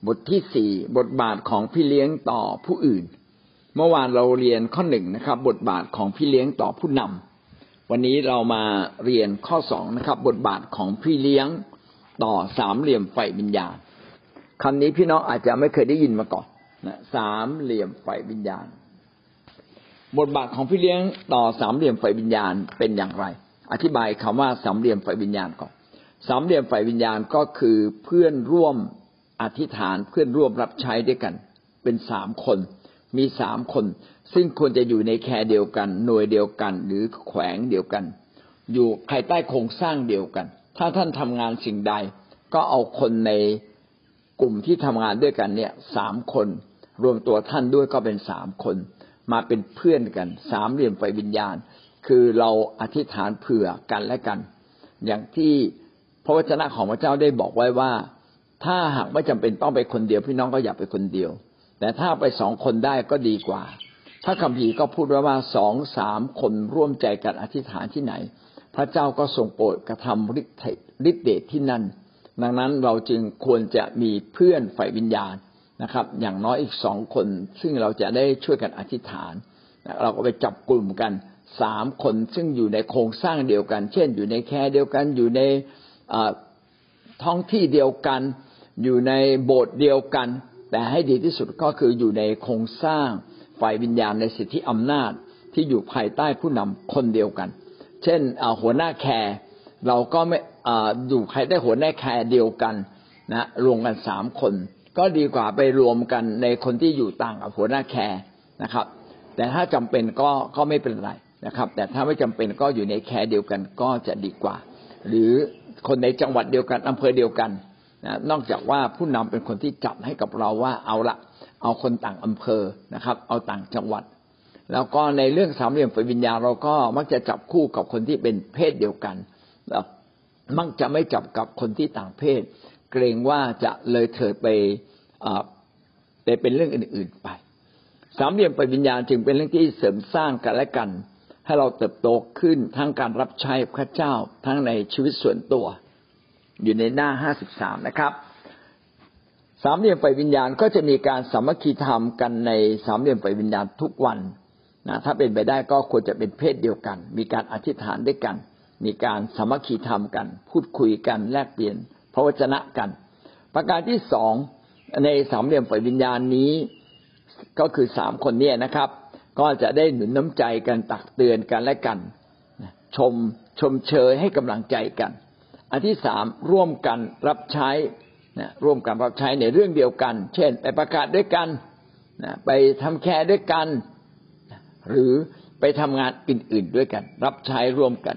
บทที่4บทบาทของพี่เลี้ยงต่อผู้อื่นเมื่อวานเราเรียนข้อ1นะครับบทบาทของพี่เลี้ยงต่อผู้นำวันนี้เรามาเรียนข้อ2นะครับบทบาทของพี่เลี้ยงต่อสามเหลี่ยมไฟวิญญาณคำนี้พี่น้องอาจจะไม่เคยได้ยินมาก่อนนะสามเหลี่ยมไฟวิญญาณบทบาทของพี่เลี้ยงต่อสามเหลี่ยมไฟวิญญาณเป็นอย่างไรอธิบายคำว่าสามเหลี่ยมไฟวิญญาณก่อนสามเหลี่ยมไฟวิญญาณก็คือเพื่อนร่วมอธิษฐานเพื่อนร่วมรับใช้ด้วยกันเป็น3คนมี3คนซึ่งควรจะอยู่ในแคร์เดียวกันหน่วยเดียวกันหรือแขวงเดียวกันอยู่ภายใต้โครงสร้างเดียวกันถ้าท่านทำงานสิ่งใดก็เอาคนในกลุ่มที่ทำงานด้วยกันเนี่ย3คนรวมตัวท่านด้วยก็เป็น3คนมาเป็นเพื่อนกันสามเหลี่ยมไฟวิญญาณคือเราอธิษฐานเผื่อกันและกันอย่างที่พระวจนะของพระเจ้าได้บอกไว้ว่าถ้าหากไม่จำเป็นต้องไปคนเดียวพี่น้องก็อย่าไปคนเดียวแต่ถ้าไป2คนได้ก็ดีกว่าถ้าคัมภีร์ก็พูดไว้ว่า 2-3 คนร่วมใจกันอธิษฐานที่ไหนพระเจ้าก็ทรงโปรดกระทำฤทธิ์เดชที่นั่นดังนั้นเราจึงควรจะมีเพื่อนฝ่ายวิญญาณนะครับอย่างน้อยอีก2คนซึ่งเราจะได้ช่วยกันอธิษฐานเราก็ไปจับกลุ่มกัน3คนซึ่งอยู่ในโครงสร้างเดียวกันเช่นอยู่ในแคร์เดียวกันอยู่ในท้องที่เดียวกันอยู่ในโบสถ์เดียวกันแต่ให้ดีที่สุดก็คืออยู่ในโครงสร้างฝ่ายวิญญาณในสิทธิอำนาจที่อยู่ภายใต้ผู้นำคนเดียวกันเช่นหัวหน้าแคร์เราก็ไม่อยู่ภายใต้หัวหน้าแคร์เดียวกันนะรวมกัน3คนก็ดีกว่าไปรวมกันในคนที่อยู่ต่างกับหัวหน้าแคร์นะครับแต่ถ้าจำเป็นก็ไม่เป็นไรนะครับแต่ถ้าไม่จำเป็นก็อยู่ในแคร์เดียวกันก็จะดีกว่าหรือคนในจังหวัดเดียวกันอำเภอเดียวกันนะนอกจากว่าผู้นำเป็นคนที่จัดให้กับเราว่าเอาคนต่างอำเภอนะครับเอาต่างจังหวัดแล้วก็ในเรื่องสามเหลี่ยมไฟวิญญาณเราก็มักจะจับคู่กับคนที่เป็นเพศเดียวกันแล้วมักจะไม่จับกับคนที่ต่างเพศเกรงว่าจะเลยเถิดไปเป็นเรื่องอื่นๆไปสามเหลี่ยมไฟวิญญาณจึงเป็นเรื่องที่เสริมสร้างกันและกันให้เราเติบโตขึ้นทั้งการรับใช้พระเจ้าทั้งในชีวิตส่วนตัวอยู่ในหน้า53นะครับสามเหลี่ยมไฟวิญญาณก็จะมีการสามัคคีธรรมกันในสามเหลี่ยมไฟวิญญาณทุกวันนะถ้าเป็นไปได้ก็ควรจะเป็นเพศเดียวกันมีการอธิษฐานด้วยกันมีการสามัคคีธรรมกันพูดคุยกันแลกเปลี่ยนพระวจนะกันประการที่2ในสามเหลี่ยมไฟวิญญาณนี้ก็คือ3คนนี้นะครับก็จะได้หนุนน้ำใจกันตักเตือนกันและกันชมเชยให้กำลังใจกันอันที่3ร่วมกันรับใช้ร่วมกันรับใช้ในเรื่องเดียวกันเช่นไปประกาศด้วยกันไปทำแคร์ด้วยกันหรือไปทำงานอื่นๆด้วยกันรับใช้ร่วมกัน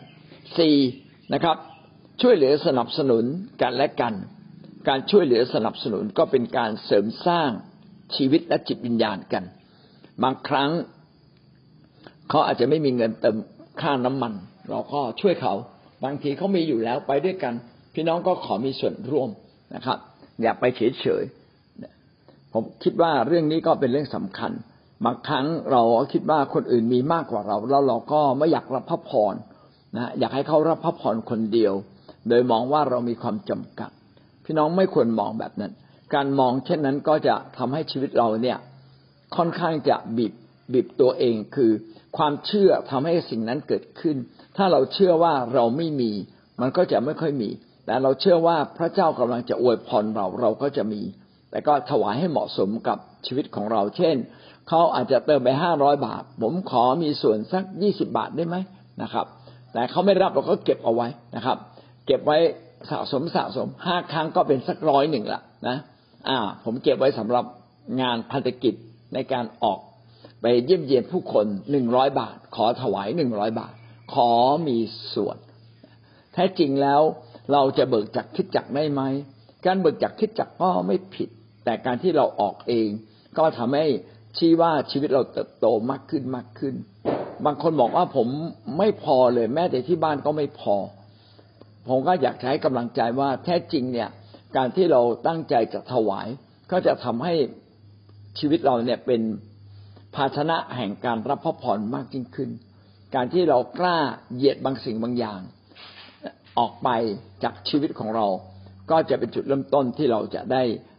4นะครับช่วยเหลือสนับสนุนกันและกันการช่วยเหลือสนับสนุนก็เป็นการเสริมสร้างชีวิตและจิตวิญญาณกันบางครั้งเขาอาจจะไม่มีเงินเติมค่าน้ำมันเราก็ช่วยเขาบางทีเขามีอยู่แล้วไปด้วยกันพี่น้องก็ขอมีส่วนร่วมนะครับอย่าไปเฉยๆผมคิดว่าเรื่องนี้ก็เป็นเรื่องสำคัญบางครั้งเราคิดว่าคนอื่นมีมากกว่าเราแล้วเราก็ไม่อยากรับพระพรนะอยากให้เขารับพระพรคนเดียวโดยมองว่าเรามีความจำกัดพี่น้องไม่ควรมองแบบนั้นการมองเช่นนั้นก็จะทำให้ชีวิตเราเนี่ยค่อนข้างจะบีบตัวเองคือความเชื่อทำให้สิ่งนั้นเกิดขึ้นถ้าเราเชื่อว่าเราไม่มีมันก็จะไม่ค่อยมีแต่เราเชื่อว่าพระเจ้ากำลังจะอวยพรเราก็จะมีแต่ก็ถวายให้เหมาะสมกับชีวิตของเราเช่นเขาอาจจะเติมไป500 บาทผมขอมีส่วนสัก20 บาทได้ไหมนะครับแต่เขาไม่รับเราก็เก็บเอาไว้นะครับเก็บไว้สะสม5 ครั้งก็เป็นสัก100ละนะผมเก็บไว้สำหรับงานพันธกิจในการออกไปเยี่ยมเยียนผู้คน100 บาทขอถวาย100 บาทขอมีส่วนแท้จริงแล้วเราจะเบิกจากคริสตจักรได้ไหมการเบิกจากคริสตจักรก็ไม่ผิดแต่การที่เราออกเองก็ทำให้ชี้ว่าชีวิตเราเติบโตมากขึ้นบางคนบอกว่าผมไม่พอเลยแม้แต่ที่บ้านก็ไม่พอผมก็อยากใช้กำลังใจว่าแท้จริงเนี่ยการที่เราตั้งใจจะถวายก็จะทำให้ชีวิตเราเนี่ยเป็นภาชนะแห่งการรับพระพรมากยิ่งขึ้นการที่เรากล้าเหยียดบางสิ่งบางอย่างออกไปจากชีวิตของเราก็จะเป็นจุดเริ่มต้นที่เราจะได้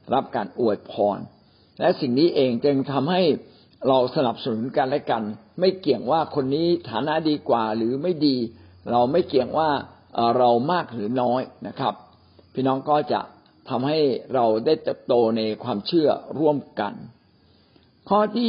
รับการอวยพรและสิ่งนี้เองจึงทำให้เราสนับสนุนกันและกันไม่เกี่ยงว่าคนนี้ฐานะดีกว่าหรือไม่ดีเราไม่เกี่ยงว่าเรามากหรือน้อยนะครับพี่น้องก็จะทำให้เราได้เติบโตในความเชื่อร่วมกันข้อที่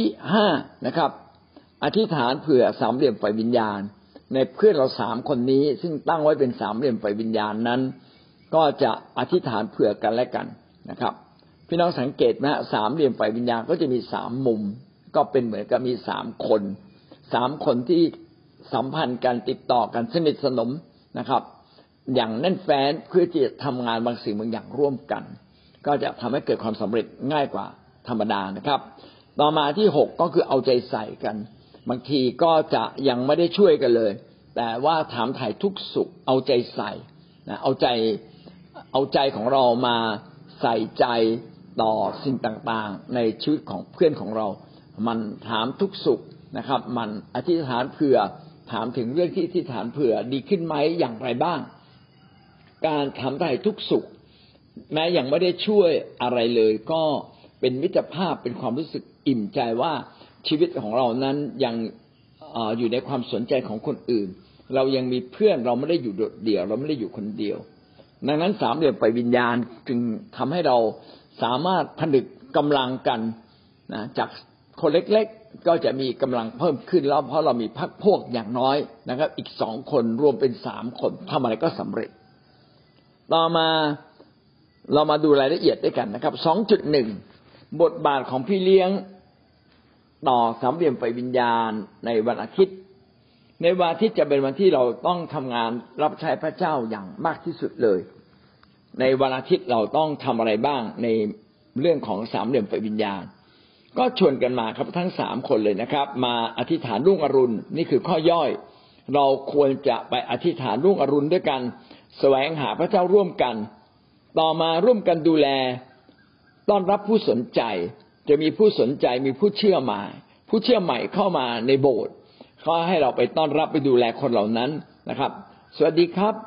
5นะครับอธิษฐานเผื่อสามเหลี่ยมฝ่ายวิญญาณในเพื่อนเรา3คนนี้ซึ่งตั้งไว้เป็นสามเหลี่ยมฝ่ายวิญญาณนั้นก็จะอธิษฐานเผื่อกันและกันนะครับพี่น้องสังเกตไหมสามเหลี่ยมฝ่ายวิญญาณก็จะมี3มุมก็เป็นเหมือนกับมี3คนที่สัมพันธ์กันติดต่อกันสนิทสนมนะครับอย่างแน่นแฟ้นเพื่อที่จะทำงานบางสิ่งบางอย่างร่วมกันก็จะทำให้เกิดความสำเร็จง่ายกว่าธรรมดานะครับต่อมาที่6ก็คือเอาใจใส่กันบางทีก็จะยังไม่ได้ช่วยกันเลยแต่ว่าถามถ่ายทุกสุขเอาใจใส่นะเอาใจของเรามาใส่ใจต่อสิ่งต่างๆในชีวิตของเพื่อนของเรามันถามทุกสุขนะครับมันอธิษฐานเผื่อถามถึงเรื่องที่อธิษฐานเผื่อดีขึ้นไหมอย่างไรบ้างการถามถ่ายทุกสุขแม้ยังไม่ได้ช่วยอะไรเลยก็เป็นมิตรภาพเป็นความรู้สึกอิ่มใจว่าชีวิตของเรานั้นยังอยู่ในความสนใจของคนอื่นเรายังมีเพื่อนเราไม่ได้อยู่โดดเดี่ยวเราไม่ได้อยู่คนเดียวดังนั้นสามเหลี่ยมฝ่ายวิญญาณจึงทำให้เราสามารถผนึกกำลังกันนะจากคนเล็กๆก็จะมีกำลังเพิ่มขึ้นแล้วเพราะเรามีพรรคพวกอย่างน้อยนะครับอีก2คนรวมเป็น3คนทำอะไรก็สำเร็จต่อมาเรามาดูรายละเอียดด้วยกันนะครับ 2.1 บทบาทของพี่เลี้ยงต่อสามเหลี่ยมฝ่ายวิญญาณในวันอาทิตย์ในวันอาทิตย์จะเป็นวันที่เราต้องทำงานรับใช้พระเจ้าอย่างมากที่สุดเลยในวันอาทิตย์เราต้องทำอะไรบ้างในเรื่องของสามเหลี่ยมฝ่ายวิญญาณก็ชวนกันมาครับทั้ง3คนเลยนะครับมาอธิษฐานรุ่งอรุณนี่คือข้อย่อยเราควรจะไปอธิษฐานรุ่งอรุณด้วยกันแสวงหาพระเจ้าร่วมกันต่อมาร่วมกันดูแลต้อนรับผู้สนใจจะมีผู้สนใจมีผู้เชื่อใหม่เข้ามาในโบสถ์เขาให้เราไปต้อนรับไปดูแลคนเหล่านั้นนะครับสวัสดีครับ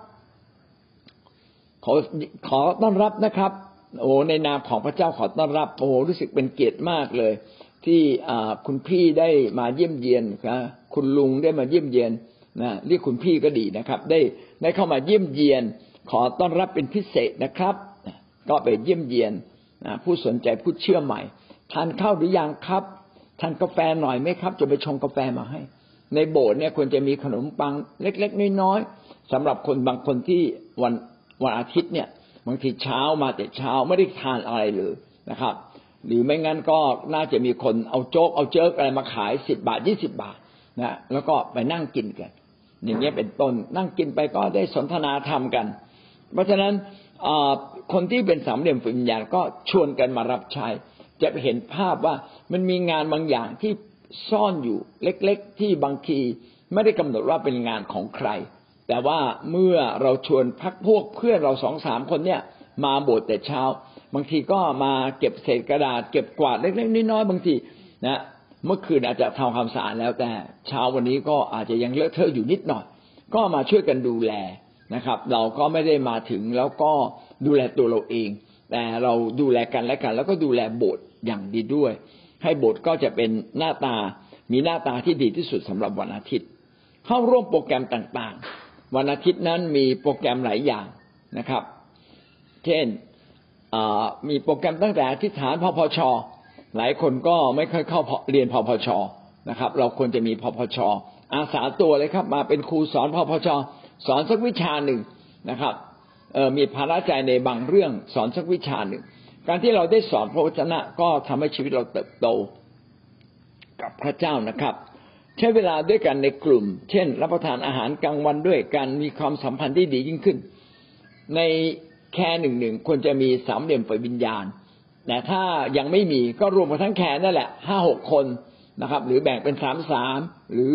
ขอต้อนรับนะครับในนามของพระเจ้าขอต้อนรับรู้สึกเป็นเกียรติมากเลยที่คุณพี่ได้มาเยี่ยมเยียนนะคุณลุงได้มาเยี่ยมเยียนนะเรียกคุณพี่ก็ดีนะครับได้เข้ามาเยี่ยมเยียนขอต้อนรับเป็นพิเศษนะครับก็ไปเยี่ยมเยียนผู้สนใจผู้เชื่อใหม่ทานข้าวหรือยังครับทานกาแฟหน่อยไหมครับจะไปชงกาแฟมาให้ในโบสถ์เนี่ยควรจะมีขนมปังเล็กๆน้อยๆสำหรับคนบางคนที่วันอาทิตย์เนี่ยบางทีเช้ามาแต่เช้าไม่ได้ทานอะไรเลยนะครับหรือไม่งั้นก็น่าจะมีคนเอาโจ๊กเอาเจิ๊กอะไรมาขาย10 บาท20 บาทนะแล้วก็ไปนั่งกินกันอย่างเงี้ยเป็นต้นนั่งกินไปก็ได้สนทนาธรรมกันเพราะฉะนั้นคนที่เป็นสามเหลี่ยมฝ่ายวิญญาณก็ชวนกันมารับใช้จะเห็นภาพว่ามันมีงานบางอย่างที่ซ่อนอยู่เล็กๆที่บางทีไม่ได้กำหนดว่าเป็นงานของใครแต่ว่าเมื่อเราชวนพรรคพวกเพื่อนเรา 2-3 คนเนี่ยมาโบสถ์แต่เช้าบางทีก็มาเก็บเศษกระดาษเก็บกวาดเล็กๆน้อยๆบางทีนะเมื่อคืนอาจจะทำความสะอาดแล้วแต่เช้าวันนี้ก็อาจจะยังเลอะเทอะอยู่นิดหน่อยก็มาช่วยกันดูแลนะครับเราก็ไม่ได้มาถึงแล้วก็ดูแลตัวเราเองแต่เราดูแลกันและกันแล้วก็ดูแลโบสถ์อย่างดีด้วยให้โบสถ์ก็จะเป็นมีหน้าตาที่ดีที่สุดสำหรับวันอาทิตย์เข้าร่วมโปรแกรมต่างๆวันอาทิตย์นั้นมีโปรแกรมหลายอย่างนะครับเช่นมีโปรแกรมตั้งแต่อธิษฐานพพช.หลายคนก็ไม่ค่อยเข้าเรียนพพช.นะครับเราควรจะมีพพช.อาสาตัวเลยครับมาเป็นครูสอนพพช.สอนสักวิชาหนึ่งนะครับมีภาระใจในบางเรื่องสอนสักวิชาหนึ่งการที่เราได้สอนพระวจนะก็ทำให้ชีวิตเราเติบโตกับพระเจ้านะครับใช้เวลาด้วยกันในกลุ่มเช่นรับประทานอาหารกลางวันด้วยกันมีความสัมพันธ์ที่ดียิ่งขึ้นในแคร์หนึ่งควรจะมีสามเหลี่ยมฝ่ายวิญญาณแต่ถ้ายังไม่มีก็รวมกันทั้งแคร์นั่นแหละ 5-6 คนนะครับหรือแบ่งเป็น3-3หรือ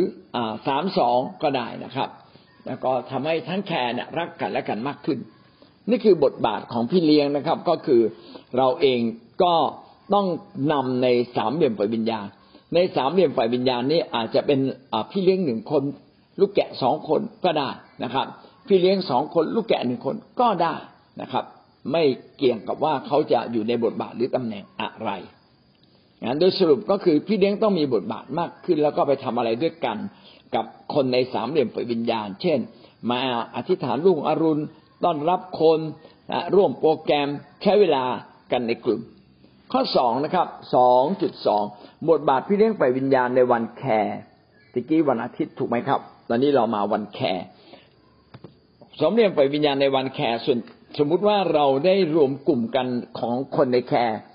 3-2ก็ได้นะครับแล้วก็ทำให้ทั้งแคร์เนี่ยรักกันและกันมากขึ้นนี่คือบทบาทของพี่เลี้ยงนะครับก็คือเราเองก็ต้องนำในสามเหลี่ยมฝ่ายวิญญาณในสามเหลี่ยมฝ่ายวิญญาณนี้อาจจะเป็นพี่เลี้ยง1 คนลูกแกะ2 คนก็ได้นะครับพี่เลี้ยง2 คนลูกแกะ1 คนก็ได้นะครับไม่เกี่ยงกับว่าเขาจะอยู่ในบทบาทหรือตำแหน่งอะไรโดยสรุปก็คือพี่เลี้ยงต้องมีบทบาทมากขึ้นแล้วก็ไปทำอะไรด้วยกันกับคนในสามเหลี่ยมฝ่ายวิญญาณเช่นมาอธิษฐานรุ่งอรุณต้อนรับคนร่วมโปรแกรมใช้เวลากันในกลุ่มข้อ2นะครับ 2.2 บทบาทพี่เลี้ยงฝ่ายวิญญาณในวันแคร์ตะกี้วันอาทิตย์ถูกไหมครับตอนนี้เรามาวันแคร์สามเหลี่ยมฝ่ายวิญญาณในวันแคร์ส่วนสมมุติว่าเราได้รวมกลุ่มกันของคนในแคร์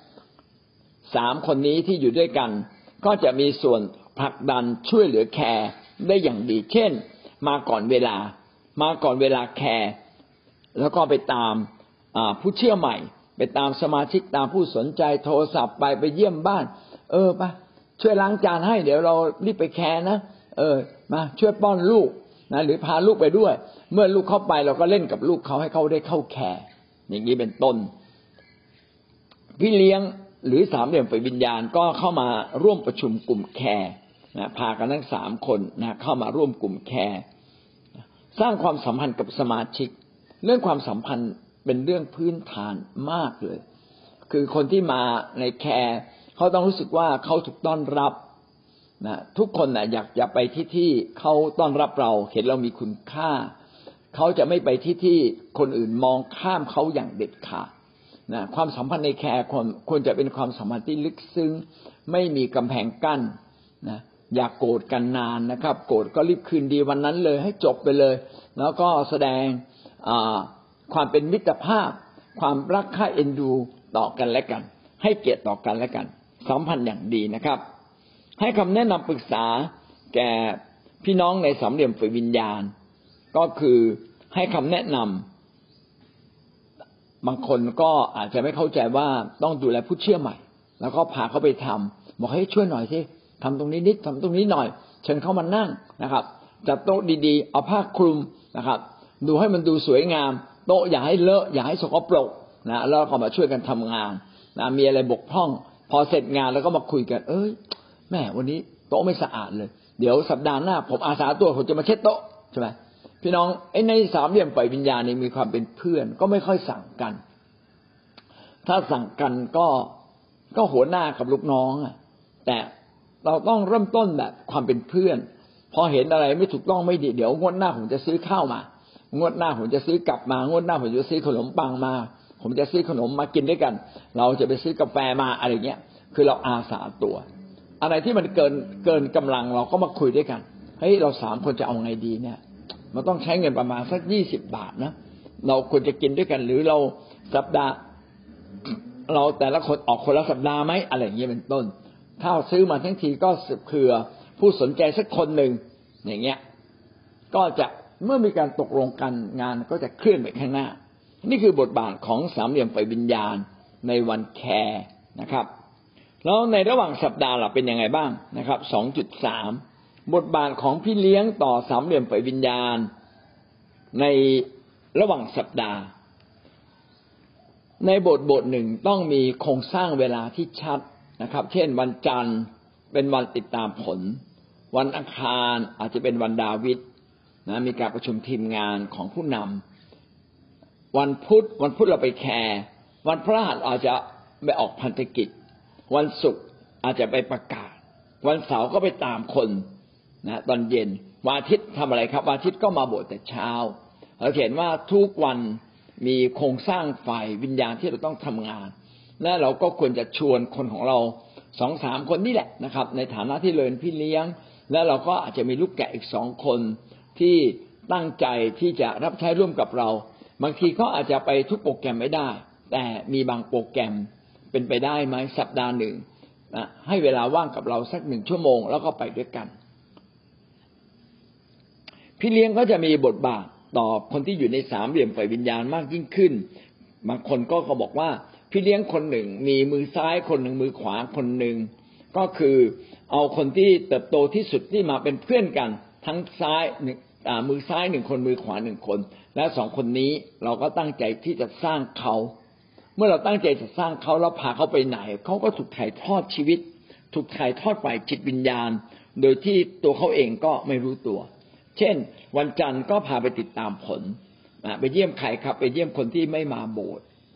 3คนนี้ที่อยู่ด้วยกันก็จะมีส่วนผลักดันช่วยเหลือแคร์ได้อย่างดีเช่นมาก่อนเวลาแคร์แล้วก็ไปตามผู้เชื่อใหม่ไปตามสมาชิกตามผู้สนใจโทรศัพท์ไปเยี่ยมบ้านไปช่วยล้างจานให้เดี๋ยวเรารีบไปแคร์นะมาช่วยป้อนลูกนะหรือพาลูกไปด้วยเมื่อลูกเข้าไปเราก็เล่นกับลูกเขาให้เขาได้เข้าแคร์อย่างนี้เป็นต้นพี่เลี้ยงหรือสามเหลี่ยมฝ่ายวิญญาณก็เข้ามาร่วมประชุมกลุ่มแคร์นะพากันทั้ง3คนนะเข้ามาร่วมกลุ่มแคร์สร้างความสัมพันธ์กับสมาชิกเรื่องความสัมพันธ์เป็นเรื่องพื้นฐานมากเลยคือคนที่มาในแคร์เขาต้องรู้สึกว่าเขาถูกต้อนรับนะทุกคนนะอยากจะไปที่เขาต้อนรับเราเห็นเรามีคุณค่าเขาจะไม่ไปที่คนอื่นมองข้ามเขาอย่างเด็ดขาดนะความสัมพันธ์ในแคร์ควรจะเป็นความสัมพันธ์ที่ลึกซึ้งไม่มีกำแพงกั้นนะอย่าโกรธกันนานนะครับโกรธก็รีบคืนดีวันนั้นเลยให้จบไปเลยแล้วก็แสดงความเป็นมิตรภาพความรักใคร่เอ็นดูต่อกันและกันให้เกียรติต่อกันและกันสัมพันธ์อย่างดีนะครับให้คำแนะนำปรึกษาแก่พี่น้องในสามเหลี่ยมฝ่ายวิญญาณก็คือให้คำแนะนำบางคนก็อาจจะไม่เข้าใจว่าต้องดูแลผู้เชื่อใหม่แล้วก็พาเขาไปทำบอกให้ช่วยหน่อยสิทำตรงนี้นิดทำตรงนี้หน่อยเชิญเขามานั่งนะครับจัดโต๊ะดีๆเอาผ้าคลุมนะครับดูให้มันดูสวยงามโต๊ะอย่าให้เลอะอย่าให้สกปรกนะแล้วก็มาช่วยกันทำงานนะมีอะไรบกพร่องพอเสร็จงานแล้วก็มาคุยกันแม่วันนี้โต๊ะไม่สะอาดเลยเดี๋ยวสัปดาห์หน้าผมอาสาตัวผมจะมาเช็ดโต๊ะใช่ไหมพี่น้องในสามเหลี่ยมฝ่ายวิญญาณนี่มีความเป็นเพื่อนก็ไม่ค่อยสั่งกันถ้าสั่งกันก็หัวหน้ากับลูกน้องแต่เราต้องเริ่มต้นแบบความเป็นเพื่อนพอเห็นอะไรไม่ถูกต้องไม่ดีเดี๋ยวงวดหน้าผมจะซื้อข้าวมางวดหน้าผมจะซื้อกลับมางวดหน้าผมจะซื้อขนมปังมาผมจะซื้อขนมมากินด้วยกันเราจะไปซื้อกาแฟมาอะไรเงี้ยคือเราอาสาตัวอะไรที่มันเกินกำลังเราก็มาคุยด้วยกันเฮ้ยเรา3คนจะเอาไงดีเนี่ยมันต้องใช้เงินประมาณสัก20 บาทนะเราควรจะกินด้วยกันหรือเราสัปดาห์เราแต่ละคนออกคนละสัปดาห์ไหมอะไรอย่างเงี้ยเป็นต้นถ้าซื้อมาทั้งทีก็เผื่อผู้สนใจสักคนหนึ่งอย่างเงี้ยก็จะเมื่อมีการตกลงกันงานก็จะเคลื่อนไปข้างหน้านี่คือบทบาทของสามเหลี่ยมฝ่ายวิญญาณในวันแคร์นะครับแล้วในระหว่างสัปดาห์เราเป็นยังไงบ้างนะครับ 2.3 บทบาทของพี่เลี้ยงต่อสามเหลี่ยมฝ่ายวิญญาณในระหว่างสัปดาห์ในบทหนึ่งต้องมีโครงสร้างเวลาที่ชัดนะครับเช่นวันจันทร์เป็นวันติดตามผลวันอังคารอาจจะเป็นวันดาวิดนะมีการประชุมทีมงานของผู้นำวันพุธเราไปแคร์วันพฤหัสอาจจะไปออกพันธกิจวันศุกร์อาจจะไปประกาศวันเสาร์ก็ไปตามคนนะตอนเย็นวันอาทิตย์ทำอะไรครับวันอาทิตย์ก็มาโบสถ์แต่เช้าเราเห็นว่าทุกวันมีโครงสร้างฝ่ายวิญญาณที่เราต้องทำงานและเราก็ควรจะชวนคนของเรา 2-3 คนนี่แหละนะครับในฐานะที่เป็นพี่เลี้ยงและเราก็อาจจะมีลูกแกะอีก2 คนที่ตั้งใจที่จะรับใช้ร่วมกับเราบางทีก็อาจจะไปทุกโปรแกรมไม่ได้แต่มีบางโปรแกรมเป็นไปได้ไหมสัปดาห์หนึ่งให้เวลาว่างกับเราสัก1 ชั่วโมงแล้วก็ไปด้วยกันพี่เลี้ยงก็จะมีบทบาทต่อคนที่อยู่ในสามเหลี่ยมฝ่ายวิญญาณมากยิ่งขึ้นบางคนก็บอกว่าพี่เลี้ยงคนหนึ่งมีมือซ้ายคนหนึ่งมือขวาคนหนึ่งก็คือเอาคนที่เติบโตที่สุดที่มาเป็นเพื่อนกันทั้งซ้ายมือซ้าย1 คนมือขวา1 คนและ2 คนนี้เราก็ตั้งใจที่จะสร้างเขาเมื่อเราตั้งใจจะสร้างเขาแล้วพาเขาไปไหนเขาก็ถูกถ่ายทอดชีวิตถูกถ่ายทอดฝ่ายจิตวิญญาณโดยที่ตัวเขาเองก็ไม่รู้ตัวเช่นวันจันทร์ก็พาไปติดตามผลไปเยี่ยมใครครับไปเยี่ยมคนที่ไม่มาโบสถ์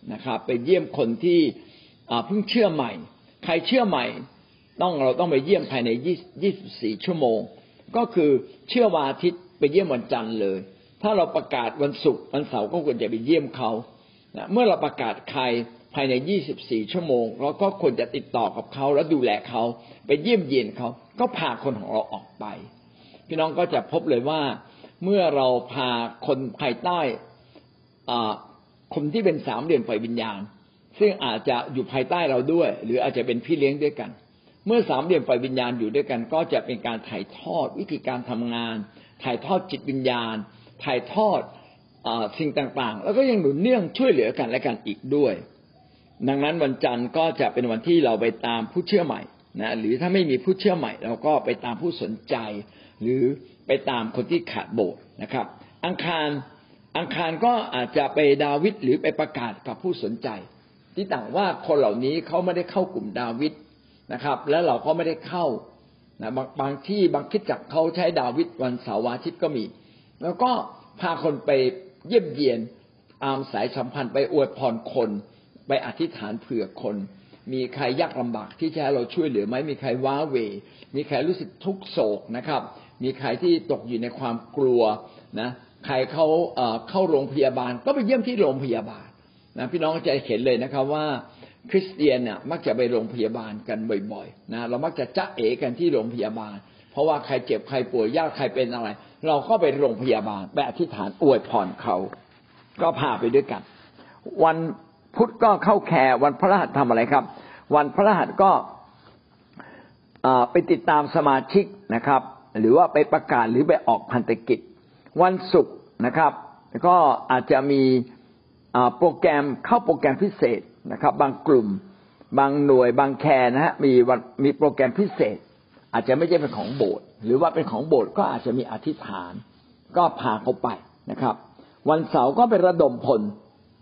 นะครับไปเยี่ยมคนที่เพิ่งเชื่อใหม่ใครเชื่อใหม่เราต้องไปเยี่ยมภายใน24ชั่วโมงก็คือเชื่อวันอาทิตย์ไปเยี่ยมวันจันทร์เลยถ้าเราประกาศวันศุกร์วันเสาร์ก็ควรจะไปเยี่ยมเขาเมื่อเราประกาศใครภายใน24ชั่วโมงเราก็ควรจะติดต่อกับเขาและดูแลเขาไปเยี่ยมเยียนเขาก็พาคนของเราออกไปพี่น้องก็จะพบเลยว่าเมื่อเราพาคนภายใต้คนที่เป็น3เหลี่ยมฝ่ายวิญญาณซึ่งอาจจะอยู่ภายใต้เราด้วยหรืออาจจะเป็นพี่เลี้ยงด้วยกันเมื่อ3เหลี่ยมฝ่ายวิญญาณอยู่ด้วยกันก็จะเป็นการถ่ายทอดวิธีการทำงานถ่ายทอดจิตวิญญาณถ่ายทอดสิ่งต่างๆแล้วก็ยังหนุนเนื่องช่วยเหลือกันและกันอีกด้วยดังนั้นวันจันทร์ก็จะเป็นวันที่เราไปตามผู้เชื่อใหม่นะหรือถ้าไม่มีผู้เชื่อใหม่เราก็ไปตามผู้สนใจหรือไปตามคนที่ขาดโบสถ์นะครับอังคารก็อาจจะไปดาวิดหรือไปประกาศกับผู้สนใจที่ต่างว่าคนเหล่านี้เขาไม่ได้เข้ากลุ่มดาวิดนะครับแล้วเราก็ไม่ได้เข้านะบางที่บางคริสตจักรเขาใช้ดาวิดวันเสาร์อาทิตย์ก็มีแล้วก็พาคนไปเยี่ยมเยียนตามสายสัมพันธ์ไปอวยพรคนไปอธิษฐานเผื่อคนมีใครยากลำบากที่จะให้เราช่วยเหลือไหมมีใครว้าเหวมีใครรู้สึกทุกโศกนะครับมีใครที่ตกอยู่ในความกลัวนะใครเขาเข้าโรงพยาบาลก็ไปเยี่ยมที่โรงพยาบาลนะพี่น้องจะเห็นเลยนะครับว่าคริสเตียนเนี่ยมักจะไปโรงพยาบาลกันบ่อยๆนะเรามักจะจ๊ะเอ๋กันที่โรงพยาบาลเพราะว่าใครเจ็บใครป่วยยากใครเป็นอะไรเราก็ไปโรงพยาบาลไปอธิษฐานอวยพรเขาก็พาไปด้วยกันวันพุธก็เข้าแคร์วันพฤหัสทำอะไรครับวันพฤหัสก็ไปติดตามสมาชิกนะครับหรือว่าไปประกาศหรือไปออกพันธกิจวันศุกร์นะครับก็อาจจะมีโปรแกรมเข้าโปรแกรมพิเศษนะครับบางกลุ่มบางหน่วยบางแคร์นะฮะมีโปรแกรมพิเศษอาจจะไม่ใช่เป็นของโบสถ์หรือว่าเป็นของโบสถ์ก็อาจจะมีอธิษฐานก็พาเขาไปนะครับวันเสาร์ก็ไประดมพล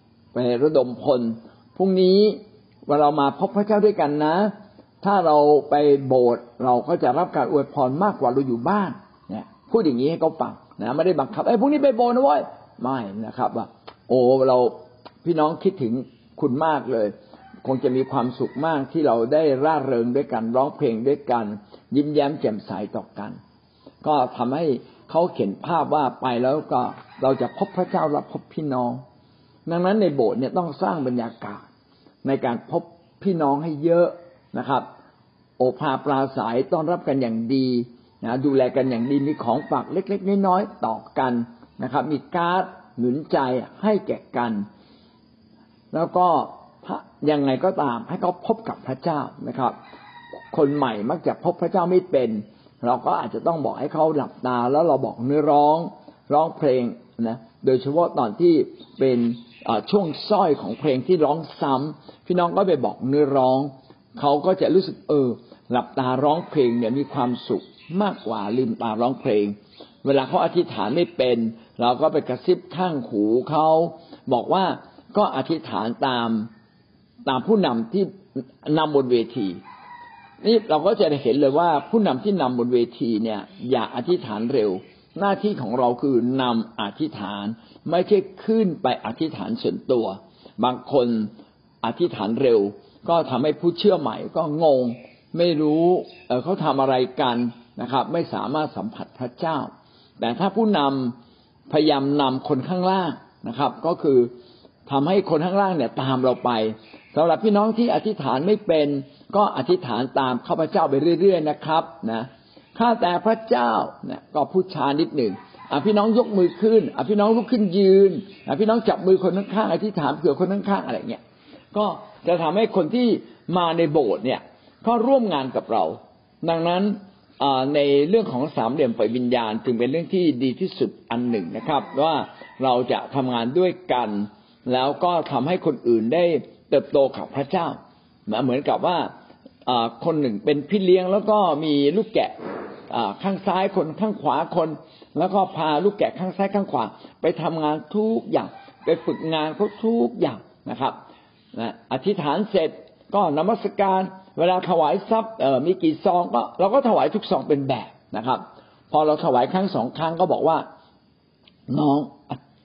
พรุ่งนี้ว่าเรามาพบพระเจ้าด้วยกันนะถ้าเราไปโบสถ์เราก็จะรับการอวยพรมากกว่าเราอยู่บ้านเนี่ยพูดอย่างนี้ให้เขาฟังนะไม่ได้บังคับพรุ่งนี้ไปโบสถ์นะเว้ยไม่นะครับว่าโอ้เราพี่น้องคิดถึงคุณมากเลยคงจะมีความสุขมากที่เราได้ร่าเริงด้วยกันร้องเพลงด้วยกันยิ้มแย้มแจ่มใสต่อกันก็ทำให้เขาเห็นภาพว่าไปแล้วก็เราจะพบพระเจ้าและพบพี่น้องดังนั้นในโบสถ์เนี่ยต้องสร้างบรรยากาศในการพบพี่น้องให้เยอะนะครับโอภาปราศัยต้อนรับกันอย่างดีนะดูแลกันอย่างดีมีของฝากเล็กๆน้อยๆต่อกันนะครับมีการ์ดหนุนใจให้แก่กันแล้วก็ยังไงก็ตามให้เขาพบกับพระเจ้านะครับคนใหม่มักจะพบพระเจ้าไม่เป็นเราก็อาจจะต้องบอกให้เขาหลับตาแล้วเราบอกเนื้อร้องเพลงนะโดยเฉพาะตอนที่เป็นช่วงสร้อยของเพลงที่ร้องซ้ำพี่น้องก็ไปบอกเนื้อร้องเขาก็จะรู้สึกหลับตาร้องเพลงเนี่ยมีความสุขมากกว่าลืมตาร้องเพลงเวลาเขาอธิษฐานไม่เป็นเราก็ไปกระซิบข้างหูเขาบอกว่าก็อธิษฐานตามผู้นำที่นำบนเวทีนี่เราก็จะเห็นเลยว่าผู้นำที่นำบนเวทีเนี่ยอย่าอธิษฐานเร็วหน้าที่ของเราคือนำอธิษฐานไม่ใช่ขึ้นไปอธิษฐานส่วนตัวบางคนอธิษฐานเร็วก็ทำให้ผู้เชื่อใหม่ก็งงไม่รู้เขาทำอะไรกันนะครับไม่สามารถสัมผัสพระเจ้าแต่ถ้าผู้นำพยายามนำคนข้างล่างนะครับก็คือทำให้คนข้างล่างเนี่ยตามเราไปสำหรับพี่น้องที่อธิษฐานไม่เป็นก็อธิษฐานตามข้าพเจ้าไปเรื่อยๆนะครับนะข้าแต่พระเจ้าเนี่ยก็พูดช้านิดหนึ่งพี่น้องยกมือขึ้นพี่น้องลุกขึ้นยืนพี่น้องจับมือคนข้างๆอธิษฐานเผื่อคนข้างๆอะไรเงี้ยก็จะทำให้คนที่มาในโบสถ์เนี่ยก็ร่วมงานกับเราดังนั้นในเรื่องของสามเหลี่ยมฝ่ายวิญญาณจึงเป็นเรื่องที่ดีที่สุดอันหนึ่งนะครับว่าเราจะทำงานด้วยกันแล้วก็ทำให้คนอื่นได้เติบโตกับพระเจ้าเหมือนกับว่าคนหนึ่งเป็นพี่เลี้ยงแล้วก็มีลูกแกะข้างซ้ายคนข้างขวาคนแล้วก็พาลูกแกะข้างซ้ายข้างขวาไปทำงานทุกอย่างไปฝึกงานเขาทุกอย่างนะครับอธิษฐานเสร็จก็นมัสการเวลาถวายทรัพย์มีกี่ซองก็เราก็ถวายทุกซองเป็นแบบนะครับพอเราถวายครั้ง2 ครั้งก็บอกว่าน้องนะ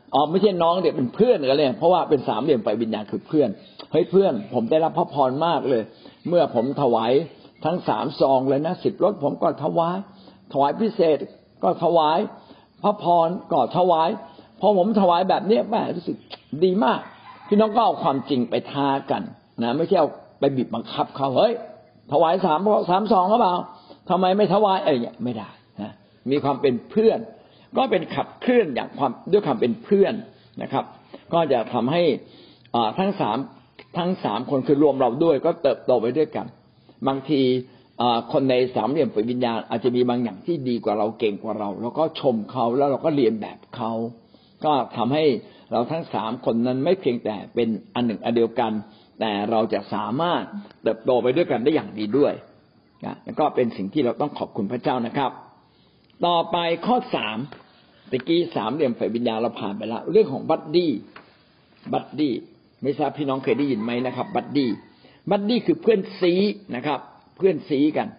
ไม่ใช่น้องเด็กเป็นเพื่อนกันเลยเพราะว่าเป็นสามเหลี่ยมฝ่ายวิญญาณคือเพื่อนเฮ้ยเพื่อนผมได้รับพระพรมากเลยเมื่อผมถวายทั้ง3 ซองเลยนะ10 รถผมก็ถวายพิเศษก็ถวายพระพรก็ถวายพอผมถวายแบบนี้แม่รู้สึกดีมากพี่น้องก็เอาความจริงไปท้ากันนะไม่ใช่เอาไปบีบบังคับเขาเฮ้ยถวาย3 ซองหรือเปล่าทำไมไม่ถวายอะไรอย่างเงี้ยไม่ได้นะมีความเป็นเพื่อนก็เป็นขับเคลื่อนอย่างด้วยความเป็นเพื่อนนะครับก็จะทำให้ทั้งสามคนคือรวมเราด้วยก็เติบโตไปด้วยกันบางทีคนในสามเหลี่ยมฝ่ายวิญญาณอาจจะมีบางอย่างที่ดีกว่าเราเก่งกว่าเราแล้วก็ชมเขาแล้วเราก็เรียนแบบเขาก็ทำให้เราทั้ง3 คนนั้นไม่เพียงแต่เป็นอันหนึ่งอันเดียวกันแต่เราจะสามารถเติบโตไปด้วยกันได้อย่างดีด้วยแล้วก็เป็นสิ่งที่เราต้องขอบคุณพระเจ้านะครับต่อไปข้อ3ตะกี้สามเหลี่ยมฝ่ายวิญญาณเราผ่านไปแล้วเรื่องของบัดดี้ไม่ทราบพี่น้องเคยได้ยินไหมนะครับบัดดี้คือเพื่อนซีนะครับเพื่อนซีกัน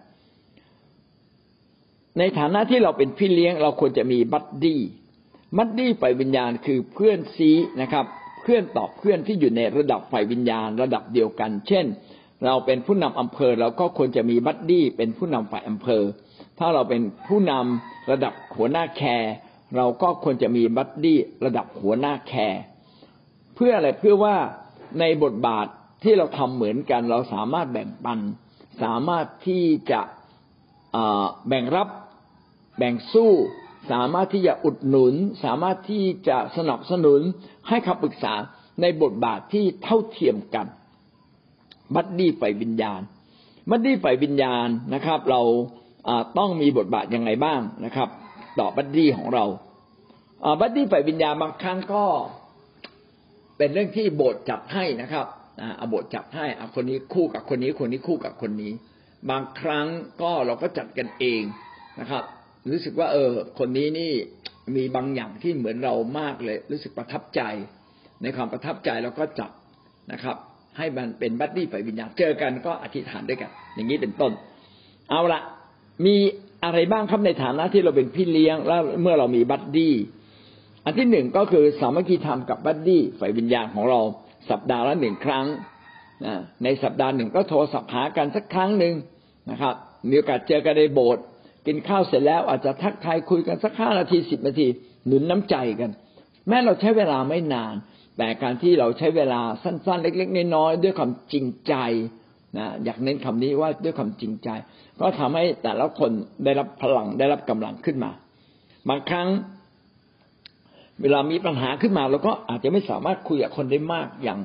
ในฐานะที่เราเป็นพี่เลี้ยงเราควรจะมีบัดดี้ฝ่ายวิญญาณคือเพื่อนซีนะครับเพื่อนต่อเพื่อนที่อยู่ในระดับฝ่ายวิญญาณระดับเดียวกันเช่นเราเป็นผู้นำอำเภอเราก็ควรจะมีบัดดี้เป็นผู้นำฝ่ายอำเภอถ้าเราเป็นผู้นำระดับหัวหน้าแคร์เราก็ควรจะมีบัดดี้ระดับหัวหน้าแคร์เพื่ออะไรเพื่อว่าในบทบาทที่เราทำเหมือนกันเราสามารถแบ่งปันสามารถที่จะแบ่งรับแบ่งสู้สามารถที่จะอุดหนุนสามารถที่จะสนับสนุนให้คำปรึกษาในบทบาทที่เท่าเทียมกันบัดดี้ฝ่ายวิญญาณนะครับเราต้องมีบทบาทยังไงบ้างนะครับต่อบัดดี้ของเราบัดดี้ฝ่ายวิญญาณบางครั้งก็เป็นเรื่องที่โบสถ์จัดให้นะครับโบสถ์จัดให้คนนี้คู่กับคนนี้คนนี้คู่กับคนนี้บางครั้งก็เราก็จัดกันเองนะครับรู้สึกว่าคนนี้นี่มีบางอย่างที่เหมือนเรามากเลยรู้สึกประทับใจในความประทับใจเราก็จัดนะครับให้มันเป็นบัดดี้ฝ่ายวิญญาณเจอกันก็อธิษฐานด้วยกันอย่างนี้เป็นต้นเอาละมีอะไรบ้างครับในฐานะที่เราเป็นพี่เลี้ยงแล้วเมื่อเรามีบัดดี้อันที่1ก็คือสามัคคีธรรมกับบัดดี้ฝ่ายวิญญาณของเราสัปดาห์ละ1 ครั้งในสัปดาห์1ก็โทรศัพท์หากันสักครั้งนึงนะครับมีโอกาสเจอกันในโบสถ์กินข้าวเสร็จแล้วอาจจะทักทายคุยกันสัก5 นาที10 นาทีหนุนน้ำใจกันแม้เราใช้เวลาไม่นานแต่การที่เราใช้เวลาสั้นๆเล็กๆน้อยๆด้วยความจริงใจอยากเน้นคำนี้ว่าด้วยความจริงใจก็ทำให้แต่ละคนได้รับพลังได้รับกำลังขึ้นมาบางครั้งเวลามีปัญหาขึ้นมาเราก็อาจจะไม่สามารถคุยกับคนได้มาก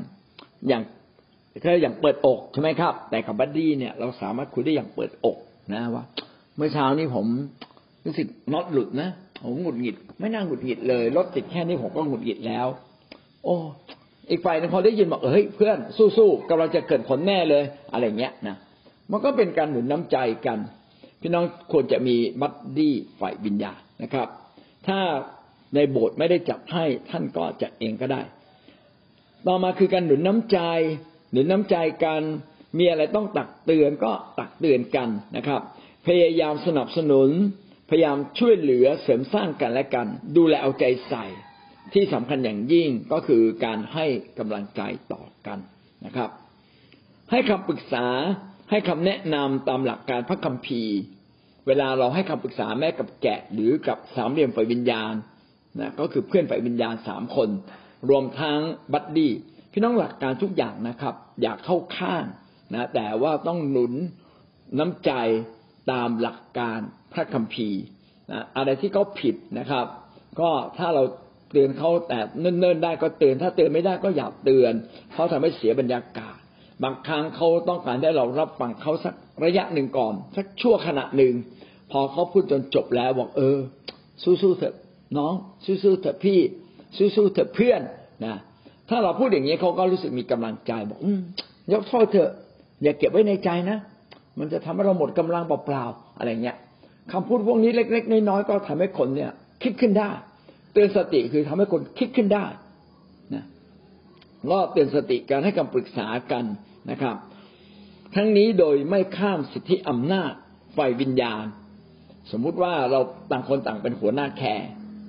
อย่างเปิดอกใช่ไหมครับแต่กับบัดดี้เนี่ยเราสามารถคุยได้อย่างเปิดอกนะว่าเมื่อเช้านี้ผมรู้สึกน็อตหลุดนะผมหงุดหงิดไม่น่าหงุดหงิดเลยรถติดแค่นี้ผมก็หงุดหงิดแล้วโอ้อีกฝ่ายนึงพอได้ยินบอกเฮ้ยเพื่อนสู้ๆกำลังจะเกิดผลแน่เลยอะไรเงี้ยนะมันก็เป็นการหนุนน้ำใจกันพี่น้องควรจะมีบัดดี้ฝ่ายวิญญาณนะครับถ้าในโบสถ์ไม่ได้จัดให้ท่านก็จัดเองก็ได้ต่อมาคือการหนุนน้ำใจกันมีอะไรต้องตักเตือนก็ตักเตือนกันนะครับพยายามสนับสนุนพยายามช่วยเหลือเสริมสร้างกันและกันดูแลเอาใจใส่ที่สำคัญอย่างยิ่งก็คือการให้กำลังใจต่อกันนะครับให้คำปรึกษาให้คำแนะนำตามหลักการพระคัมภีร์เวลาเราให้คำปรึกษาแม้กับแกะหรือกับสามเหลี่ยมฝ่ายวิญญาณนะก็คือเพื่อนฝ่ายวิญญาณ3 คนรวมทั้งบัดดี้พี่น้องหลักการทุกอย่างนะครับอย่าเข้าข้างนะแต่ว่าต้องหนุนน้ำใจตามหลักการพระคัมภีร์นะอะไรที่เขาผิดนะครับก็ถ้าเราเตือนเขาแต่เนิ่นๆได้ก็เตือนถ้าเตือนไม่ได้ก็อย่าเตือนเพราะทำให้เสียบรรยากาศบางครั้งเขาต้องการให้เรารับฟังเขาสักระยะหนึ่งก่อนสักชั่วขณะหนึ่งพอเขาพูดจนจบแล้วบอกสู้ๆเถอะน้องสู้ๆเถอะพี่สู้ๆเถอะเพื่อนนะถ้าเราพูดอย่างนี้เขาก็รู้สึกมีกำลังใจบอกยกโทษเถอะอย่าเก็บไว้ในใจนะมันจะทำให้เราหมดกำลังเปล่าๆอะไรเงี้ยคำพูดพวกนี้เล็กๆน้อยๆก็ทำให้คนเนี่ยคิดขึ้นได้เตือนสติคือทำให้คนคิดขึ้นได้นะก็เตือนสติการให้คำปรึกษากันนะครับทั้งนี้โดยไม่ข้ามสิทธิอำนาจฝ่ายวิญญาณสมมุติว่าเราต่างคนต่างเป็นหัวหน้าแคร์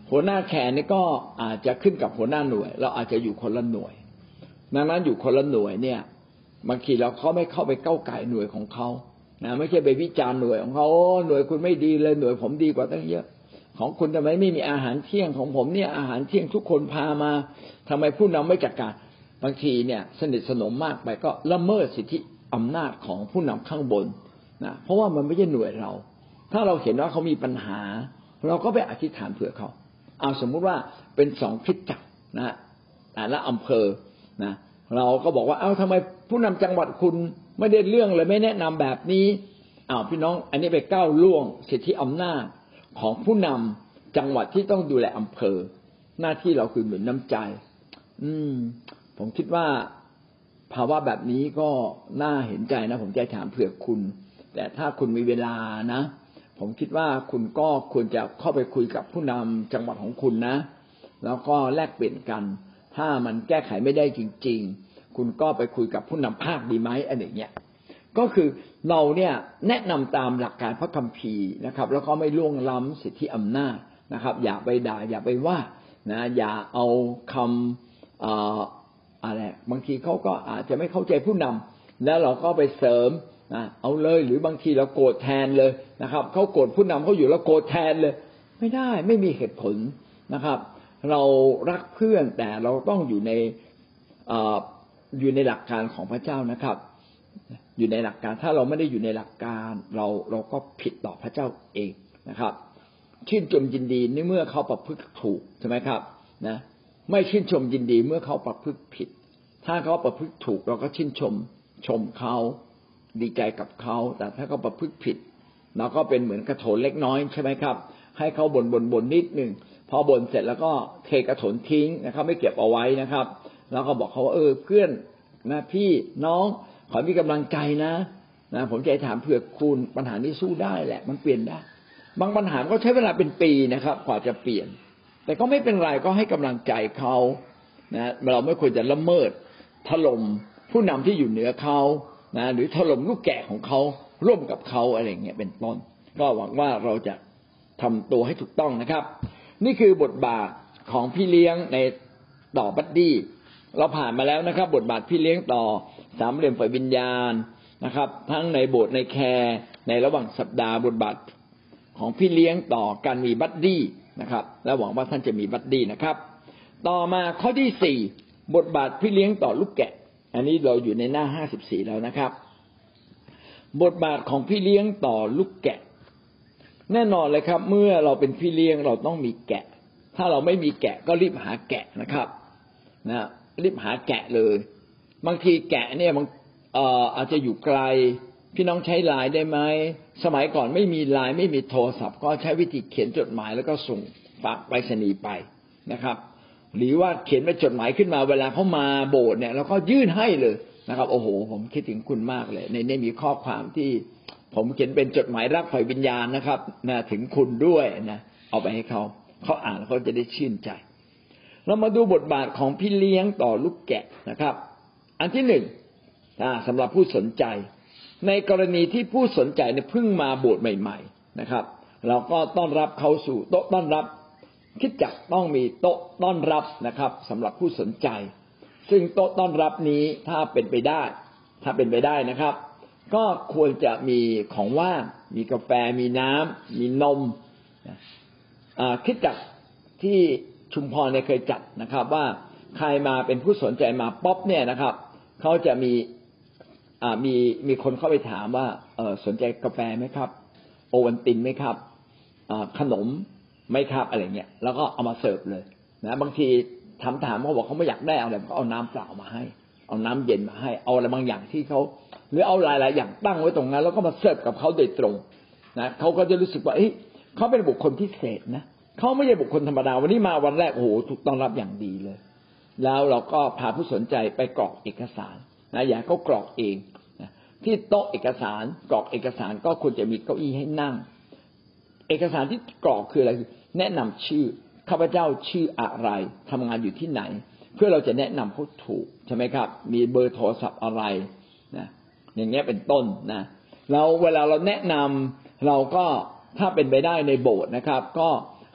หัวหน้าแคร์นี่ก็อาจจะขึ้นกับหัวหน้าหน่วยเราอาจจะอยู่คนละหน่วยดังนั้นอยู่คนละหน่วยเนี่ยบางทีเราเขาไม่เข้าไปก้าวไก่หน่วยของเขานะไม่ใช่ไปวิจารณ์หน่วยของเขาหน่วยคุณไม่ดีเลยหน่วยผมดีกว่าตั้งเยอะของคุณทำไมไม่มีอาหารเที่ยงของผมเนี่ยอาหารเที่ยงทุกคนพามาทำไมผู้นำไม่จัดการบางทีเนี่ยสนิทสนมมากไปก็ละเมิดสิทธิอำนาจของผู้นำข้างบนนะเพราะว่ามันไม่ใช่หน่วยเราถ้าเราเห็นว่าเขามีปัญหาเราก็ไปอธิษฐานเผื่อเขาเอาสมมุติว่าเป็น2 คริสตจักรนะแต่ละอำเภอนะเราก็บอกว่าทำไมผู้นำจังหวัดคุณไม่ได้เรื่องเลยไม่แนะนำแบบนี้พี่น้องอันนี้ไปก้าวล่วงสิทธิอำนาจของผู้นำจังหวัดที่ต้องดูแลอำเภอหน้าที่เราคือหนุนน้ำใจผมคิดว่าภาวะแบบนี้ก็น่าเห็นใจนะผมจะถามเผื่อคุณแต่ถ้าคุณมีเวลานะผมคิดว่าคุณก็ควรจะเข้าไปคุยกับผู้นำจังหวัดของคุณนะแล้วก็แลกเปลี่ยนกันถ้ามันแก้ไขไม่ได้จริงๆคุณก็ไปคุยกับผู้นำภาคดีไหมอะไรเงี้ยก็คือเราเนี่ยแนะนำตามหลักการพระคัมภีร์นะครับแล้วก็ไม่ล่วงล้ำสิทธิอำนาจนะครับอย่าไปด่าอย่าไปว่านะอย่าเอาคำอะไรบางทีเขาก็อาจจะไม่เข้าใจผู้นำแล้วเราก็ไปเสริมเอาเลยหรือบางทีเราโกรธแทนเลยนะครับเขาโกรธผู้นำเขาอยู่แล้วโกรธแทนเลยไม่ได้ไม่มีเหตุผลนะครับเรารักเพื่อนแต่เราต้องอยู่ในหลักการของพระเจ้านะครับอยู่ในหลักการถ้าเราไม่ได้อยู่ในหลักการเราก็ผิดต่อพระเจ้าเองนะครับชื่นชมยินดีในเมื่อเขาประพฤติถูกใช่ไหมครับนะไม่ชื่นชมยินดีเมื่อเขาประพฤติผิดถ้าเขาประพฤติถูกเราก็ชื่นชมเขาดีใจกับเขาแต่ถ้าเขาประพฤติผิดเราก็เป็นเหมือนกระโถนเล็กน้อยใช่ไหมครับให้เขาบ่นนิดนึงพอบ่นเสร็จแล้วก็เทกระโถนทิ้งนะครับไม่เก็บเอาไว้นะครับแล้วก็บอกเขาว่าเพื่อนนะพี่น้องขอมีกำลังใจนะผมจะถามเผื่อคุณปัญหานี้สู้ได้แหละมันเปลี่ยนได้บางปัญหาก็ใช้เวลาเป็นปีนะครับกว่าจะเปลี่ยนแต่ก็ไม่เป็นไรก็ให้กำลังใจเขานะเราไม่ควรจะละเมิดถล่มผู้นำที่อยู่เหนือเขานะหรือถล่มลูกแกะของเขาร่วมกับเขาอะไรอย่างเงี้ยเป็นต้นก็หวังว่าเราจะทำตัวให้ถูกต้องนะครับนี่คือบทบาทของพี่เลี้ยงในต่อบัดดี้เราผ่านมาแล้วนะครับบทบาทพี่เลี้ยงต่อสามเหลี่ยมฝ่ายวิญญาณนะครับทั้งในโบสถ์ในแคร์ในระหว่างสัปดาห์บทบาทของพี่เลี้ยงต่อการมีบัดดี้นะครับและหวังว่าท่านจะมีบัดดี้นะครับต่อมาข้อที่4บทบาทพี่เลี้ยงต่อลูกแกะอันนี้เราอยู่ในหน้า54แล้วนะครับบทบาทของพี่เลี้ยงต่อลูกแกะแน่นอนเลยครับเมื่อเราเป็นพี่เลี้ยงเราต้องมีแกะถ้าเราไม่มีแกะก็รีบหาแกะนะครับรีบหาแกะเลยบางทีแกะเนี่ยอาจจะอยู่ไกลพี่น้องใช้ไลน์ได้ไหมสมัยก่อนไม่มีไลน์ไม่มีโทรศัพท์ก็ใช้วิธีเขียนจดหมายแล้วก็ส่งฝากไปรษณีย์ไปนะครับหรือว่าเขียนเป็นจดหมายขึ้นมาเวลาเขามาโบสถ์เนี่ยเราก็ยื่นให้เลยนะครับโอ้โหผมคิดถึงคุณมากเลยในนี้มีข้อความที่ผมเขียนเป็นจดหมายรักฝ่ายวิญญาณนะครับถึงคุณด้วยนะเอาไปให้เขาอ่านเขาจะได้ชื่นใจเรามาดูบทบาทของพี่เลี้ยงต่อลูกแกะนะครับอันที่1สำหรับผู้สนใจในกรณีที่ผู้สนใจเนี่ยเพิ่งมาโบสถ์ใหม่ๆนะครับเราก็ต้อนรับเขาสู่โต๊ะต้อนรับคริสตจักรต้องมีโต๊ะต้อนรับนะครับสำหรับผู้สนใจซึ่งโต๊ะต้อนรับนี้ถ้าเป็นไปได้นะครับก็ควรจะมีของว่างมีกาแฟมีน้ำมีนมคริสตจักรที่ชุมพรเนี่ยเคยจัดนะครับว่าใครมาเป็นผู้สนใจมาป๊อปเนี่ยนะครับเขาจะมีคนเข้าไปถามว่าสนใจกาแฟไหมครับโอวัลตินไหมครับขนมไหมครับอะไรเงี้ยแล้วก็เอามาเสิร์ฟเลยนะบางทีถามเขาบอกเขาไม่อยากได้อะไรก็เอาน้ำเปล่ามาให้เอาน้ำเย็นมาให้เอาอะไรบางอย่างที่เขาหรือเอาหลายๆอย่างตั้งไว้ตรงนั้นแล้วก็มาเสิร์ฟกับเขาโดยตรงนะเขาก็จะรู้สึกว่าเขาเป็นบุคคลพิเศษนะเขาไม่ใช่บุคคลธรรมดาวันนี้มาวันแรกโอ้โหถูกต้อนรับอย่างดีเลยแล้วเราก็พาผู้สนใจไปกรอกเอกสารนะอย่าเขากรอกเองนะที่โต๊ะเอกสารกรอกเอกสารก็ควรจะมีเก้าอี้ให้นั่งเอกสารที่กรอกคืออะไรแนะนำชื่อข้าพเจ้าชื่ออะไรทำงานอยู่ที่ไหนเพื่อเราจะแนะนำเขาถูกใช่ไหมครับมีเบอร์โทรศัพท์อะไรนะอย่างเงี้ยเป็นต้นนะเราเวลาเราแนะนำเราก็ถ้าเป็นไปได้ในโบสถ์นะครับก็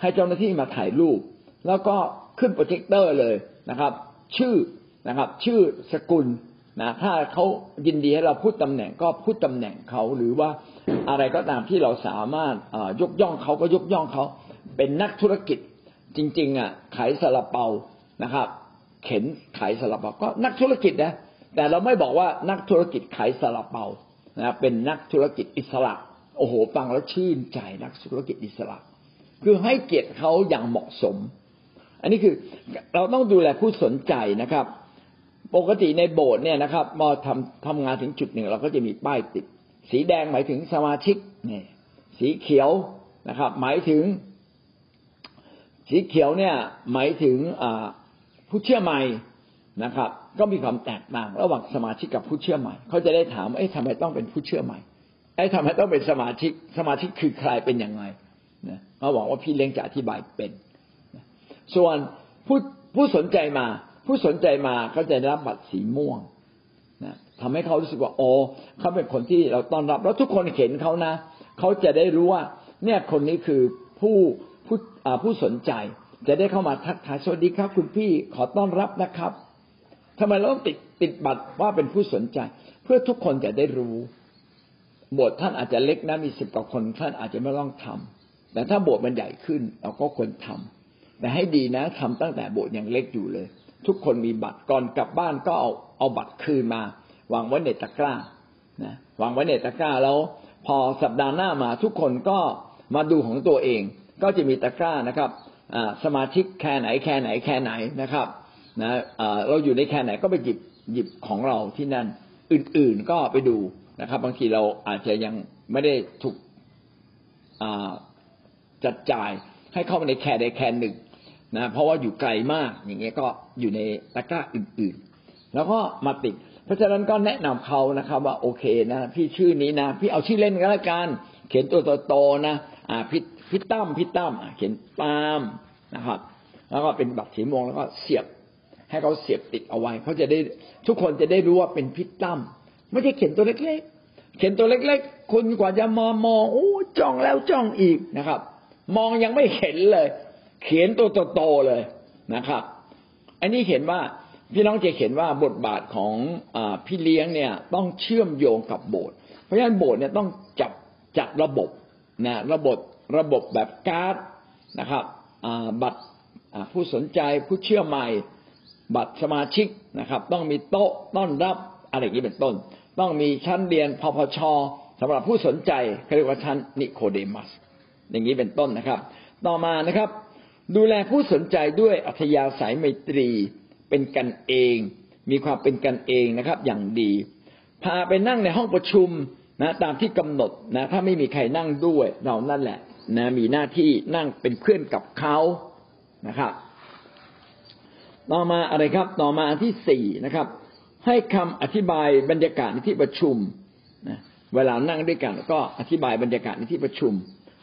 ให้เจ้าหน้าที่มาถ่ายรูปแล้วก็ขึ้นโปรเจคเตอร์เลยนะครับชื่อนะครับชื่อสกุลนะถ้าเขายินดีให้เราพูดตำแหน่งก็พูดตำแหน่งเขาหรือว่าอะไรก็ตามที่เราสามารถยกย่องเขาก็ยกย่องเขาเป็นนักธุรกิจจริงๆขายซาลาเปานะครับเข็นขายซาลาเปาก็นักธุรกิจนะแต่เราไม่บอกว่านักธุรกิจขายซาลาเปานะเป็นนักธุรกิจอิสระโอ้โหฟังแล้วชื่นใจนักธุรกิจอิสระคือให้เกียรติเขาอย่างเหมาะสมอันนี้คือเราต้องดูแลผู้สนใจนะครับปกติในโบสถ์เนี่ยนะครับพอทำงานถึงจุดหนึ่งเราก็จะมีป้ายติดสีแดงหมายถึงสมาชิกเนี่ยสีเขียวนะครับหมายถึงสีเขียวเนี่ยหมายถึงผู้เชื่อใหม่นะครับก็มีความแตกต่างระหว่างสมาชิกกับผู้เชื่อใหม่เขาจะได้ถามทำไมต้องเป็นผู้เชื่อใหม่ทำไมต้องเป็นสมาชิกคือใครเป็นยังไงนะเขาบอกว่าพี่เล้งจะอธิบายเป็นส่วนผู้สนใจมาเขาจะได้รับบัตรสีม่วงนะทำให้เขารู้สึกว่าเขาเป็นคนที่เราต้อนรับแล้วทุกคนเห็นเขานะเขาจะได้รู้ว่าเนี่ยคนนี้คือผู้สนใจจะได้เข้ามาทักทายสวัสดีครับคุณพี่ขอต้อนรับนะครับทำไมเราต้องติดบัตรว่าเป็นผู้สนใจเพื่อทุกคนจะได้รู้โบสถ์ท่านอาจจะเล็กนะมี10 กว่าคนท่านอาจจะไม่ต้องทำแต่ถ้าโบสถ์มันใหญ่ขึ้นเราก็ควรทำแต่ให้ดีนะทำตั้งแต่โบสถ์ยังเล็กอยู่เลยทุกคนมีบัตรก่อนกลับบ้านก็เอาบัตรคืนมาวางไว้ในตะกร้านะวางไว้ในตะกร้าแล้วพอสัปดาห์หน้ามาทุกคนก็มาดูของตัวเองก็จะมีตะกร้านะครับสมาชิกแค่ไหนนะครับนะเราอยู่ในแค่ไหนก็ไปหยิบของเราที่นั่นอื่นๆก็ไปดูนะครับบางทีเราอาจจะยังไม่ได้ถูกจัดจ่ายให้เข้ามาในแค่ใดแค่หนึ่งนะเพราะว่าอยู่ไกลมากอย่างเงี้ยก็อยู่ในตะกร้าอื่นๆแล้วก็มาติดเพราะฉะนั้นก็แนะนำเขานะครับว่าโอเคนะพี่ชื่อนี้นะพี่เอาชื่อเล่นก็แล้วกันเขียนตัวโตๆนะพี่ตั้มเขียนปาล์มนะครับแล้วก็เป็นบัตรสีม่วงแล้วก็เสียบให้เขาเสียบติดเอาไว้เขาจะได้ทุกคนจะได้รู้ว่าเป็นพี่ตั้มไม่ใช่เขียนตัวเล็กๆเขียนตัวเล็กๆคุณกว่าจะมองโอ้จ้องแล้วจ้องอีกนะครับมองยังไม่เห็นเลยเขียนตัวโตๆเลยนะครับอันนี้เห็นว่าพี่น้องจะเห็นว่าบทบาทของพี่เลี้ยงเนี่ยต้องเชื่อมโยงกับโบสถ์เพราะฉะนั้นโบสถ์เนี่ยต้องจัดระบบนะระบบแบบการ์ดนะครับบัตรผู้สนใจผู้เชื่อใหม่บัตรสมาชิกนะครับต้องมีโต๊ะต้อนรับอะไรอย่างนี้เป็นต้นต้องมีชั้นเรียนพพช.สำหรับผู้สนใจเรียกว่าชั้นนิโคเดมัสอย่างนี้เป็นต้นนะครับต่อมานะครับดูแลผู้สนใจด้วยอัธยาศัยไมตรีเป็นกันเองมีความเป็นกันเองนะครับอย่างดีพาไปนั่งในห้องประชุมนะตามที่กำหนดนะถ้าไม่มีใครนั่งด้วยเรานั่นแหละนะมีหน้าที่นั่งเป็นเพื่อนกับเขานะครับต่อมาอะไรครับต่อมาอันที่4นะครับให้คำอธิบายบรรยากาศในที่ประชุมนะเวลานั่งด้วยกันก็อธิบายบรรยากาศในที่ประชุม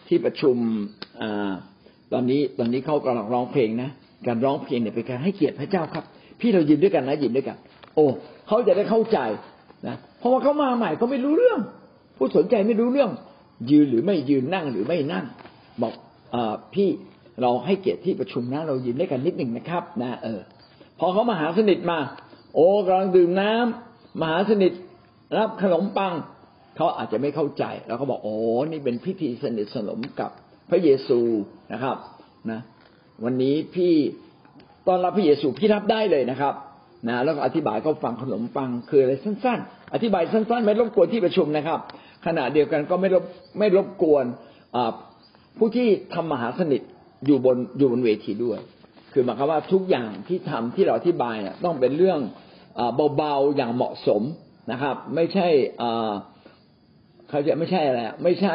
ตอนนี้เขากำลังร้องเพลงนะการร้องเพลงเนี่ยเป็นการให้เกียรติพระเจ้าครับพี่เรายืนด้วยกันนะยืนด้วยกันโอ้เขาจะได้เข้าใจนะเพราะว่าเขามาใหม่เขาไม่รู้เรื่องผู้สนใจไม่รู้เรื่องยืนหรือไม่ยืนนั่งหรือไม่นั่งบอกพี่เราให้เกียรติที่ประชุมนะเรายืนด้วยกันนิดหนึ่งนะครับนะพอเขามหาสนิทมาโอ้กำลังดื่มน้ำมหาสนิทรับขนมปังเขาอาจจะไม่เข้าใจแล้วก็บอกโอ้นี่เป็นพิธีสนิทสนมกับพระเยซูนะครับนะวันนี้พี่ต้อนรับพระเยซูพี่รับได้เลยนะครับนะแล้วก็อธิบายเขาฟังขนมปังคืออะไรสั้นๆอธิบายสั้นๆไม่รบกวนที่ประชุมนะครับขณะเดียวกันก็ไม่รบกวนผู้ที่ทำมหาสนิทอยู่บนเวทีด้วยคือหมายความว่าทุกอย่างที่ทำที่เราอธิบายต้องเป็นเรื่องเบาๆอย่างเหมาะสมนะครับไม่ใช่เขาจะไม่ใช่อะไรไม่ใช่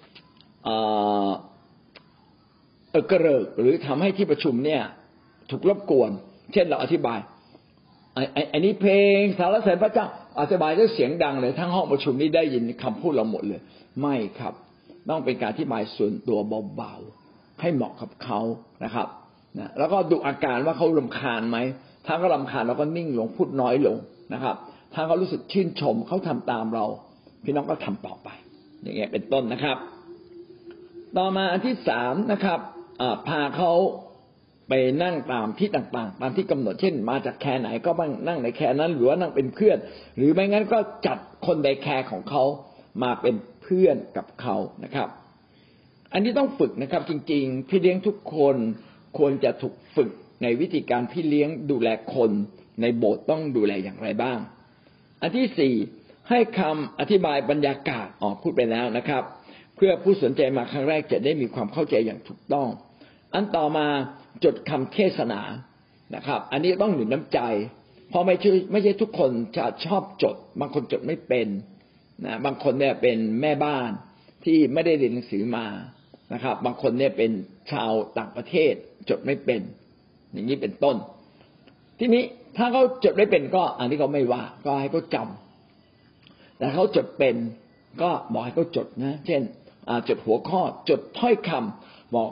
กระเริกหรือทำให้ที่ประชุมเนี่ยถูกรบกวนเช่นเราอธิบายอันนี้เพลงสรรเสริญพระเจ้าอธิบายด้วยเสียงดังเลยทั้งห้องประชุมนี้ได้ยินคำพูดเราหมดเลยไม่ครับต้องเป็นการอธิบายส่วนตัวเบาๆให้เหมาะกับเขานะครับนะแล้วก็ดูอาการว่าเขารำคาญไหมถ้าเขารำคาญเราก็นิ่งลงพูดน้อยลงนะครับถ้าเขารู้สึกชื่นชมเขาทำตามเราพี่น้องก็ทำต่อไปอย่างเงี้ยเป็นต้นนะครับต่อมาอันที่3นะครับพาเขาไปนั่งตามที่ต่างๆตามที่กำหนดเช่นมาจากแคร์ไหนก็บ้างนั่งในแคร์นั้นหรือว่านั่งเป็นเพื่อนหรือไม่งั้นก็จัดคนในแคร์ของเขามาเป็นเพื่อนกับเขานะครับอันนี้ต้องฝึกนะครับจริงๆพี่เลี้ยงทุกคนควรจะถูกฝึกในวิธีการพี่เลี้ยงดูแลคนในโบสถ์ต้องดูแลอย่างไรบ้างอันที่สี่ให้คำอธิบายบรรยากาศพูดไปแล้วนะครับเพื่อผู้สนใจมาครั้งแรกจะได้มีความเข้าใจอย่างถูกต้องอันต่อมาจดคำเทศนานะครับอันนี้ต้องหนุนน้ำใจเพราะไม่ใช่ทุกคนจะชอบจดบางคนจดไม่เป็นนะบางคนเนี่ยเป็นแม่บ้านที่ไม่ได้เรียนหนังสือมานะครับบางคนเนี่ยเป็นชาวต่างประเทศจดไม่เป็นอย่างนี้เป็นต้นทีนี้ถ้าเขาจดไม่เป็นก็อันนี้เขาไม่ว่าก็ให้เขาจำแต่เขาจดเป็นก็บอกให้เขาจดนะเช่นจดหัวข้อจดถ้อยคำบอก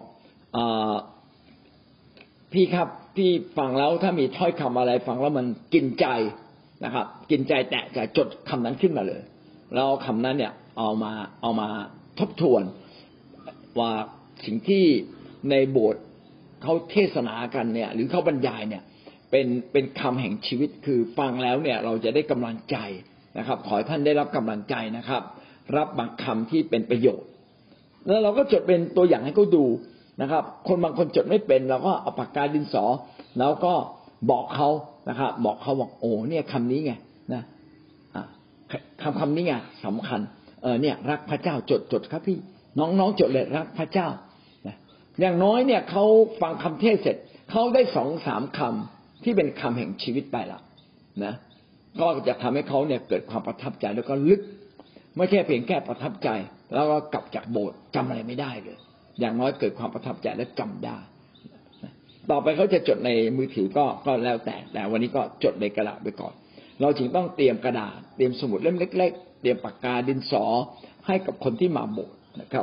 พี่ครับพี่ฟังแล้วถ้ามีถ้อยคำอะไรฟังแล้วมันกินใจนะครับกินใจแตะใจจดคำนั้นขึ้นมาเลยแล้วคำนั้นเนี่ยเอามาทบทวนว่าสิ่งที่ในโบสถ์เขาเทศนากันเนี่ยหรือเขาบรรยายเนี่ยเป็นคำแห่งชีวิตคือฟังแล้วเนี่ยเราจะได้กำลังใจนะครับขอให้ท่านได้รับกำลังใจนะครับรับบางคำที่เป็นประโยชน์แล้วเราก็จดเป็นตัวอย่างให้เขาดูนะครับคนบางคนจดไม่เป็นเราก็เอาปากกาดินสอแล้วก็บอกเขานะครับบอกเขาบอกโอ้เนี่ยคำนี้ไงนะคำนี้ไงสำคัญเนี่ยรักพระเจ้าจดครับพี่น้องจดเลยรักพระเจ้านะอย่างน้อยเนี่ยเขาฟังคำเทศเสร็จเขาได้2-3 คำที่เป็นคำแห่งชีวิตไปละนะก็จะทำให้เขาเนี่ยเกิดความประทับใจแล้วก็ลึกไม่ใช่เพียงแค่ประทับใจแล้วก็กลับจากโบสถ์จำอะไรไม่ได้เลยอย่างน้อยเกิดความประทับใจและจำได้ต่อไปเขาจะจดในมือถือก็แล้วแต่วันนี้ก็จดในกระดาษไปก่อนเราจึงต้องเตรียมกระดาษเตรียมสมุดเล่มเล็กๆเตรียมปากกาดินสอให้กับคนที่มาโบสถ์นะครับ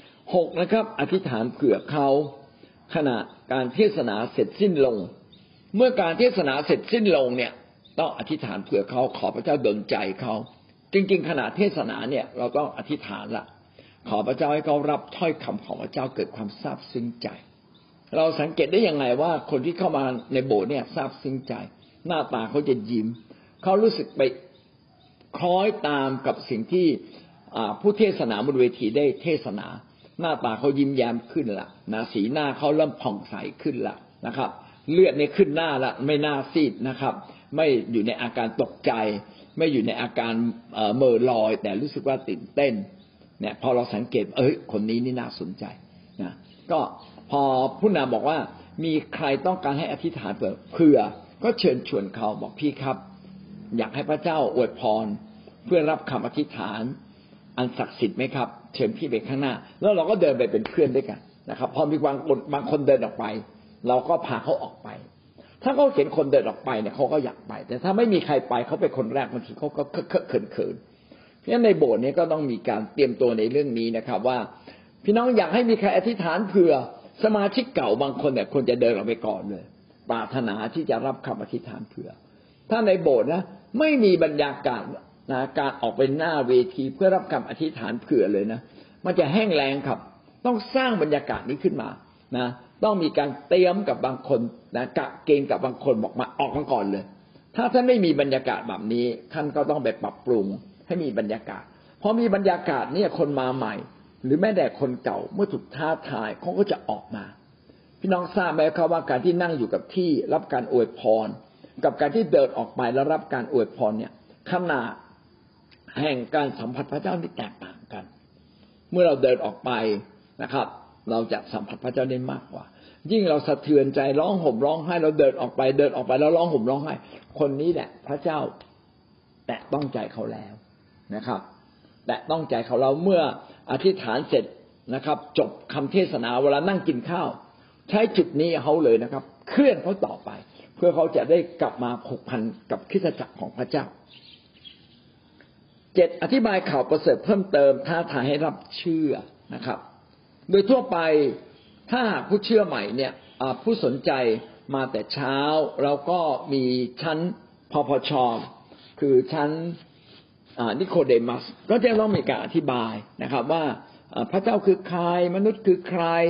6นะครับอธิษฐานเผื่อเขาขณะการเทศนาเสร็จสิ้นลงเมื่อการเทศนาเสร็จสิ้นลงเนี่ยต้องอธิษฐานเผื่อเขาขอพระเจ้าดลใจเขาจริงๆขณะเทศนาเนี่ยเราต้องอธิษฐานละขอพระเจ้าให้เขารับถ้อยคำของพระเจ้าเกิดความซาบซึ้งใจเราสังเกตได้ยังไงว่าคนที่เข้ามาในโบสถ์เนี่ยซาบซึ้งใจหน้าตาเขาจะยิ้มเขารู้สึกไปคล้อยตามกับสิ่งที่ผู้เทศนาบนเวทีได้เทศนาหน้าตาเขายิ้มแย้มขึ้นละนะสีหน้าเขาเริ่มผ่องใสขึ้นละนะครับเลือดเนี่ยขึ้นหน้าละไม่หน้าซีดนะครับไม่อยู่ในอาการตกใจไม่อยู่ในอาการเม่อลอยแต่รู้สึกว่าตื่นเต้นเนี่ยพอเราสังเกตคนนี้นี่น่าสนใจนะก็พอผู้นำบอกว่ามีใครต้องการให้อธิษฐานเผื่อก็เชิญชวนเขาบอกพี่ครับอยากให้พระเจ้าอวยพรเพื่อรับคำอธิษฐานอันศักดิ์สิทธิ์ไหมครับเชิญพี่ไปข้างหน้าแล้วเราก็เดินไปเป็นเพื่อนด้วยกันนะครับพอมีบางคนเดินออกไปเราก็พาเขาออกไปถ้าเขาเห็นคนเดินออกไปเนี่ยเขาก็อยากไปแต่ถ้าไม่มีใครไปเขาเป็นคนแรกบางทีเขาก็เคอะเขินเพราะฉะนั้นในโบสถ์นี้ก็ต้องมีการเตรียมตัวในเรื่องนี้นะครับว่าพี่น้องอยากให้มีใครอธิษฐานเผื่อสมาชิกเก่าบางคนเนี่ยควรจะเดินออกไปก่อนเลยปรารถนาที่จะรับคำอธิษฐานเผื่อถ้าในโบสถ์นะไม่มีบรรยากาศนะการออกไปหน้าเวทีเพื่อรับคำอธิษฐานเผื่อเลยนะมันจะแห้งแล้งครับต้องสร้างบรรยากาศนี้ขึ้นมานะต้องมีการเตรียมกับบางคนนะกะเกณฑ์กับบางคนบอกมาออกมาก่อนเลยถ้าท่านไม่มีบรรยากาศแบบนี้ท่านก็ต้องไปปรับปรุงให้มีบรรยากาศพอมีบรรยากาศเนี่ยคนมาใหม่หรือแม้แต่คนเก่าเมื่อถูกท้าทายเขาก็จะออกมาพี่น้องทราบไหมครับว่าการที่นั่งอยู่กับที่รับการอวยพรกับการที่เดินออกไปแล้วรับการอวยพรเนี่ยขนาดแห่งการสัมผัสพระเจ้าที่แตกต่างกันเมื่อเราเดินออกไปนะครับเราจะสัมผัสพระเจ้าได้มากกว่ายิ่งเราสะเทือนใจร้องห่มร้องไห้เราเดินออกไปแล้วร้องห่มร้องไห้คนนี้แหละพระเจ้าแตะต้องใจเขาแล้วนะครับแตะต้องใจเขาเราเมื่ออธิษฐานเสร็จนะครับจบคำเทศนาเวลานั่งกินข้าวใช้จุดนี้เขาเลยนะครับเคลื่อนเขาต่อไปเพื่อเขาจะได้กลับมาผูกพันกับคริสตจักรของพระเจ้า7อธิบายข่าวประเสริฐเพิ่มเติมท้าทายให้รับเชื่อนะครับโดยทั่วไปถ้าผู้เชื่อใหม่เนี่ยผู้สนใจมาแต่เช้าแล้วก็มีชั้นพพช.คือชั้นนิโคเดมัสก็จะต้องมีการอธิบายนะครับว่าพระเจ้าคือใครมนุษย์คือใคร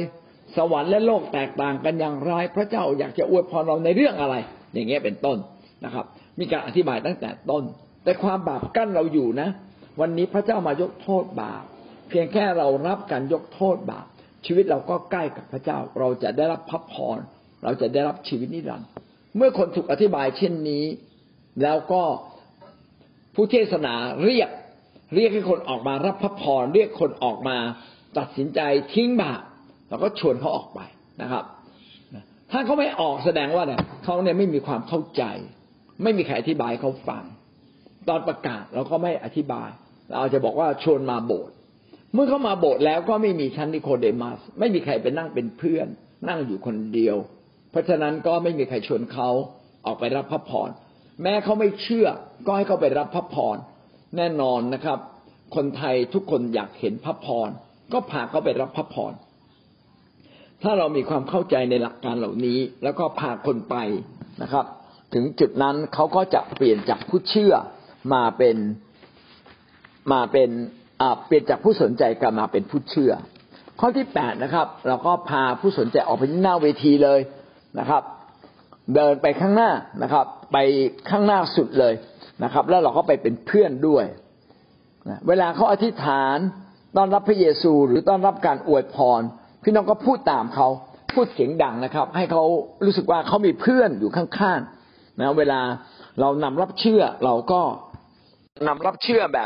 สวรรค์และโลกแตกต่างกันอย่างไรพระเจ้าอยากจะอวยพรเราในเรื่องอะไรอย่างเงี้ยเป็นต้นนะครับมีการอธิบายตั้งแต่ต้นแต่ความบาปกั้นเราอยู่นะวันนี้พระเจ้ามายกโทษบาปเพียงแค่เรารับการยกโทษบาปชีวิตเราก็ใกล้กับพระเจ้าเราจะได้รับพระพรเราจะได้รับชีวิตนิรันดร์เมื่อคนถูกอธิบายเช่นนี้แล้วก็ผู้เทศนาเรียกให้คนออกมารับพระพรเรียกคนออกมาตัดสินใจทิ้งบาปเราก็ชวนเขาออกไปนะครับถ้าเขาไม่ออกแสดงว่าเขาเนี่ยไม่มีความเข้าใจไม่มีใครอธิบายเขาฟังตอนประกาศเราก็ไม่อธิบายเราจะบอกว่าชวนมาโบสถ์เมื่อเขามาโบสถ์แล้วก็ไม่มีชั้นนิโคเดมัสไม่มีใครไปนั่งเป็นเพื่อนนั่งอยู่คนเดียวเพราะฉะนั้นก็ไม่มีใครชวนเขาออกไปรับพระพรแม้เขาไม่เชื่อก็ให้เขาไปรับพระพรแน่นอนนะครับคนไทยทุกคนอยากเห็นพระพรก็พาเขาไปรับพระพรถ้าเรามีความเข้าใจในหลักการเหล่านี้แล้วก็พาคนไปนะครับถึงจุดนั้นเขาก็จะเปลี่ยนจากผู้เชื่อมาเป็นเปลี่ยนจากผู้สนใจกลับมาเป็นผู้เชื่อข้อที่8นะครับเราก็พาผู้สนใจออกไปหน้าเวทีเลยนะครับเดินไปข้างหน้านะครับไปข้างหน้าสุดเลยนะครับแล้วเราก็ไปเป็นเพื่อนด้วยเวลาเขาอธิษฐานต้อนรับพระเยซูหรือต้อนรับการอวยพรพี่น้องก็พูดตามเขาพูดเสียงดังนะครับให้เขารู้สึกว่าเขามีเพื่อนอยู่ข้างๆนะเวลาเรานำรับเชื่อเราก็นำรับเชื่อแบบ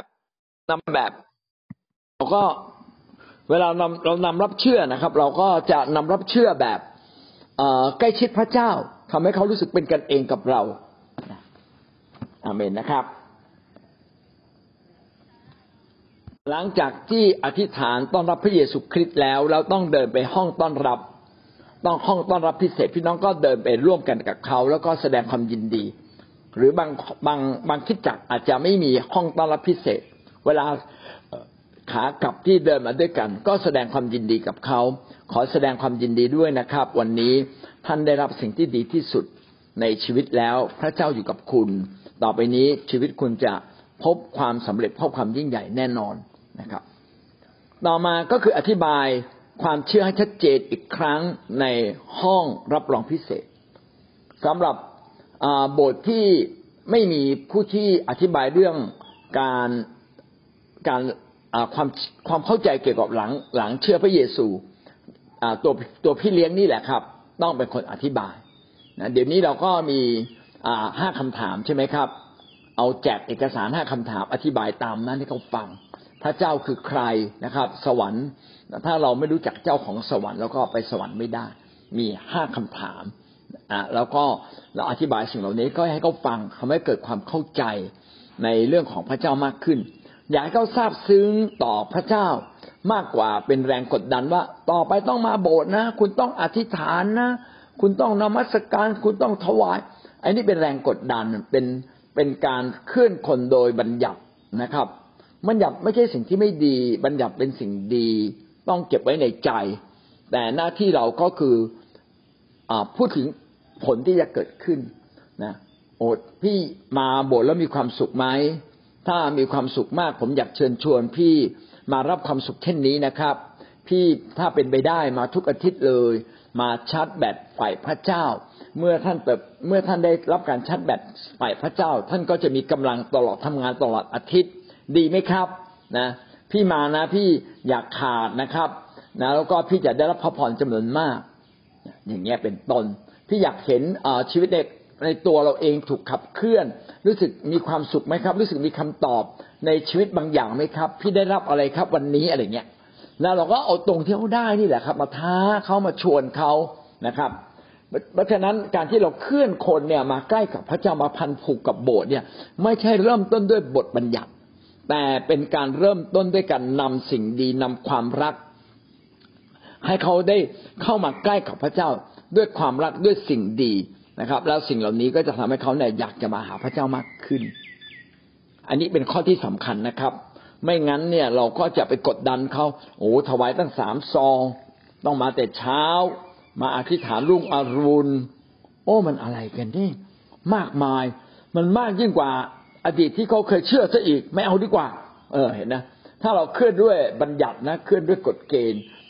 เราก็เวลาเรานำรับเชื่อนะครับเราก็จะนำรับเชื่อแบบใกล้ชิดพระเจ้าทำให้เขารู้สึกเป็นกันเองกับเราอาเมนนะครับหลังจากที่อธิษฐานต้อนรับพระเยซูคริสต์แล้วเราต้องเดินไปห้องต้อนรับห้องต้อนรับพิเศษพี่น้องก็เดินไปร่วมกันกับเขาแล้วก็แสดงความยินดีหรือบางคริสตจักรอาจจะไม่มีห้องต้อนรับพิเศษเวลาขากลับที่เดินมาด้วยกันก็แสดงความยินดีกับเขาขอแสดงความยินดีด้วยนะครับวันนี้ท่านได้รับสิ่งที่ดีที่สุดในชีวิตแล้วพระเจ้าอยู่กับคุณต่อไปนี้ชีวิตคุณจะพบความสำเร็จพบความยิ่งใหญ่แน่นอนนะครับต่อมาก็คืออธิบายความเชื่อให้ชัดเจนอีกครั้งในห้องรับรองพิเศษสำหรับโบสถ์ที่ไม่มีผู้ที่อธิบายเรื่องการความเข้าใจเกี่ยวกับหลังเชื่อพระเยซูตัวพี่เลี้ยงนี่แหละครับต้องเป็นคนอธิบายนะเดี๋ยวนี้เราก็มี5 คำถามใช่ไหมครับเอาแจกเอกสาร5 คำถามอธิบายตามนั้นให้เขาฟังพระเจ้าคือใครนะครับสวรรค์ถ้าเราไม่รู้จักเจ้าของสวรรค์แล้วก็ไปสวรรค์ไม่ได้มี5 คำถามแล้วก็เราอธิบายสิ่งเหล่านี้ก็ให้เขาฟังทำให้เกิดความเข้าใจในเรื่องของพระเจ้ามากขึ้นอยากให้เขาซาบซึ้งต่อพระเจ้ามากกว่าเป็นแรงกดดันว่าต่อไปต้องมาโบสถ์นะคุณต้องอธิษฐานนะคุณต้องนมัสการคุณต้องถวายอันนี้เป็นแรงกดดันเป็นการเคลื่อนคนโดยบัญญัตินะครับบัญญัติไม่ใช่สิ่งที่ไม่ดีบัญญัติเป็นสิ่งดีต้องเก็บไว้ในใจแต่หน้าที่เราก็คือพูดถึงผลที่จะเกิดขึ้นนะโอ้พี่มาโบสถ์แล้วมีความสุขไหมถ้ามีความสุขมากผมอยากเชิญชวนพี่มารับความสุขเช่นนี้นะครับพี่ถ้าเป็นไปได้มาทุกอาทิตย์เลยมาชาร์จแบตฝ่ายพระเจ้าเมื่อท่านได้รับการชาร์จแบตฝ่ายพระเจ้าท่านก็จะมีกำลังตลอดทำงานตลอดอาทิตย์ดีไหมครับนะพี่มานะพี่อยากขาดนะครับนะแล้วก็พี่จะได้รับพระพรจำนวนมากอย่างเงี้ยเป็นต้นพี่อยากเห็นชีวิตในตัวเราเองถูกขับเคลื่อนรู้สึกมีความสุขไหมครับรู้สึกมีคำตอบในชีวิตบางอย่างไหมครับพี่ได้รับอะไรครับวันนี้อะไรเงี้ยแล้วเราก็เอาตรงที่เขาได้นี่แหละครับมาท้าเขามาชวนเขานะครับเพราะฉะนั้นการที่เราเคลื่อนคนเนี่ยมาใกล้กับพระเจ้ามาพันผูกกับโบสถ์เนี่ยไม่ใช่เริ่มต้นด้วยบทบัญญัติแต่เป็นการเริ่มต้นด้วยการนำสิ่งดีนำความรักให้เขาได้เข้ามาใกล้กับพระเจ้าด้วยความรักด้วยสิ่งดีนะครับแล้วสิ่งเหล่านี้ก็จะทำให้เขาเนี่ยอยากจะมาหาพระเจ้ามากขึ้นอันนี้เป็นข้อที่สำคัญนะครับไม่งั้นเนี่ยเราก็จะไปกดดันเขาโอ้ถวายตั้ง3 ซองต้องมาแต่เช้ามาอธิษฐานรุ่งอรุณโอ้มันอะไรกันนี่มากมายมันมากยิ่งกว่าอดีตที่เขาเคยเชื่อซะอีกไม่เอาดีกว่าเห็นนะถ้าเราเคลื่อนด้วยบัญญัตินะเคลื่อนด้วยกฎเกณฑ์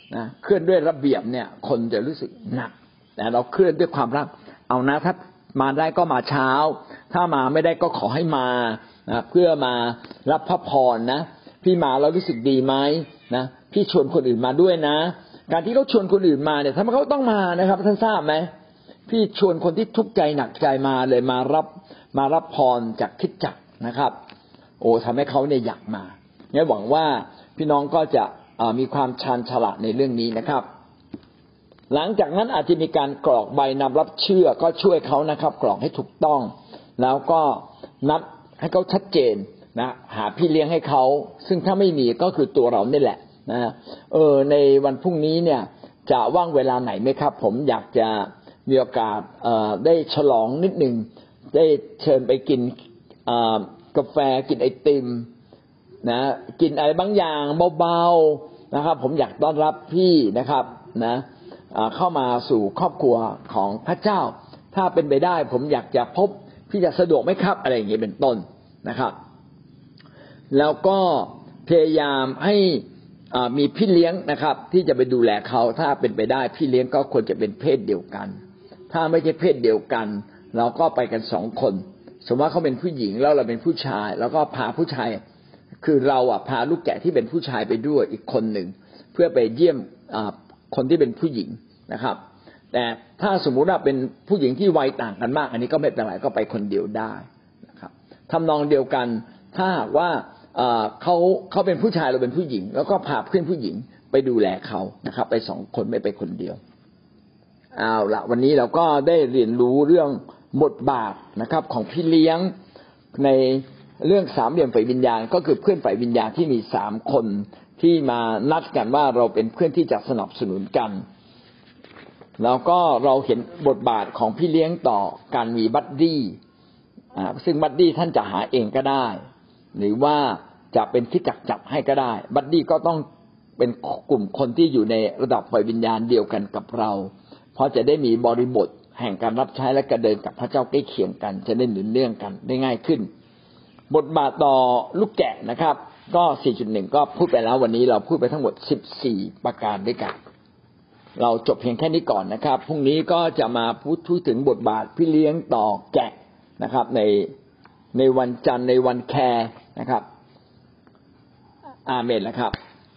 นะเคลื่อนด้วยระเบียบเนี่ยคนจะรู้สึกหนักแต่เราเคลื่อนด้วยความรักเอานะถ้ามาได้ก็มาเช้าถ้ามาไม่ได้ก็ขอให้มานะเพื่อมารับพระพรนะพี่มาแล้วรู้สึกดีไหมนะพี่ชวนคนอื่นมาด้วยนะการที่เขาชวนคนอื่นมาเนี่ยทำไมเขาต้องมานะครับท่านทราบไหมพี่ชวนคนที่ทุกข์ใจหนักใจมาเลยมารับพรจากคริสตจักรนะครับโอ้ทำให้เขาเนี่ยอยากมางั้นหวังว่าพี่น้องก็จะมีความชาญฉลาดในเรื่องนี้นะครับหลังจากนั้นอาจจะมีการกรอกใบนำรับเชื่อก็ช่วยเขานะครับกรอกให้ถูกต้องแล้วก็นัดให้เขาชัดเจนนะหาพี่เลี้ยงให้เขาซึ่งถ้าไม่มีก็คือตัวเรานี่แหละนะในวันพรุ่งนี้เนี่ยจะว่างเวลาไหนไหมครับผมอยากจะมีโอกาสได้ฉลองนิดนึงได้เชิญไปกินกาแฟกินไอติมนะกินอะไรบางอย่างเบาๆนะครับผมอยากต้อนรับพี่นะครับนะเข้ามาสู่ครอบครัวของพระเจ้าถ้าเป็นไปได้ผมอยากจะพบพี่จะสะดวกไหมครับอะไรอย่างนี้เป็นต้นนะครับแล้วก็พยายามให้มีพี่เลี้ยงนะครับที่จะไปดูแลเขาถ้าเป็นไปได้พี่เลี้ยงก็ควรจะเป็นเพศเดียวกันถ้าไม่ใช่เพศเดียวกันเราก็ไปกัน2 คนสมมติว่าเขาเป็นผู้หญิงแล้วเราเป็นผู้ชายแล้วก็พาผู้ชายคือเราพาลูกแกะที่เป็นผู้ชายไปด้วยอีกคนหนึ่งเพื่อไปเยี่ยมคนที่เป็นผู้หญิงนะครับแต่ถ้าสมมุติว่าเป็นผู้หญิงที่วัยต่างกันมากอันนี้ก็ไม่เป็นไรก็ไปคนเดียวได้นะครับทำนองเดียวกันถ้าหากว่าเขาเป็นผู้ชายเราเป็นผู้หญิงแล้วก็พาเพื่อนผู้หญิงไปดูแลเขานะครับไป2 คนไม่ไปคนเดียวเอาละวันนี้เราก็ได้เรียนรู้เรื่องบทบาทนะครับของพี่เลี้ยงในเรื่อง3 เหลี่ยมฝ่ายวิญญาณก็คือเพื่อนฝ่ายวิญญาณที่มี3 คนที่มานัดกันว่าเราเป็นเพื่อนที่จะสนับสนุนกันแล้วก็เราเห็นบทบาทของพี่เลี้ยงต่อการมีบัดดี้ซึ่งบัดดี้ท่านจะหาเองก็ได้หรือว่าจะเป็นที่จับให้ก็ได้บัดดี้ก็ต้องเป็นกลุ่มคนที่อยู่ในระดับฝ่ายวิญญาณเดียวกันกับเราเพราะจะได้มีบริบทแห่งการรับใช้และการเดินกับพระเจ้าใกล้เคียงกันจะได้หนุนเนื่องกันได้ง่ายขึ้นบทบาทต่อลูกแกะนะครับก็ 4.1 ก็พูดไปแล้ววันนี้เราพูดไปทั้งหมด14 ประการด้วยกันเราจบเพียงแค่นี้ก่อนนะครับพรุ่งนี้ก็จะมาพูดถึงบทบาทพี่เลี้ยงต่อแกะนะครับในวันจันทร์ในวันแคร์นะครับอาเมนนะครับ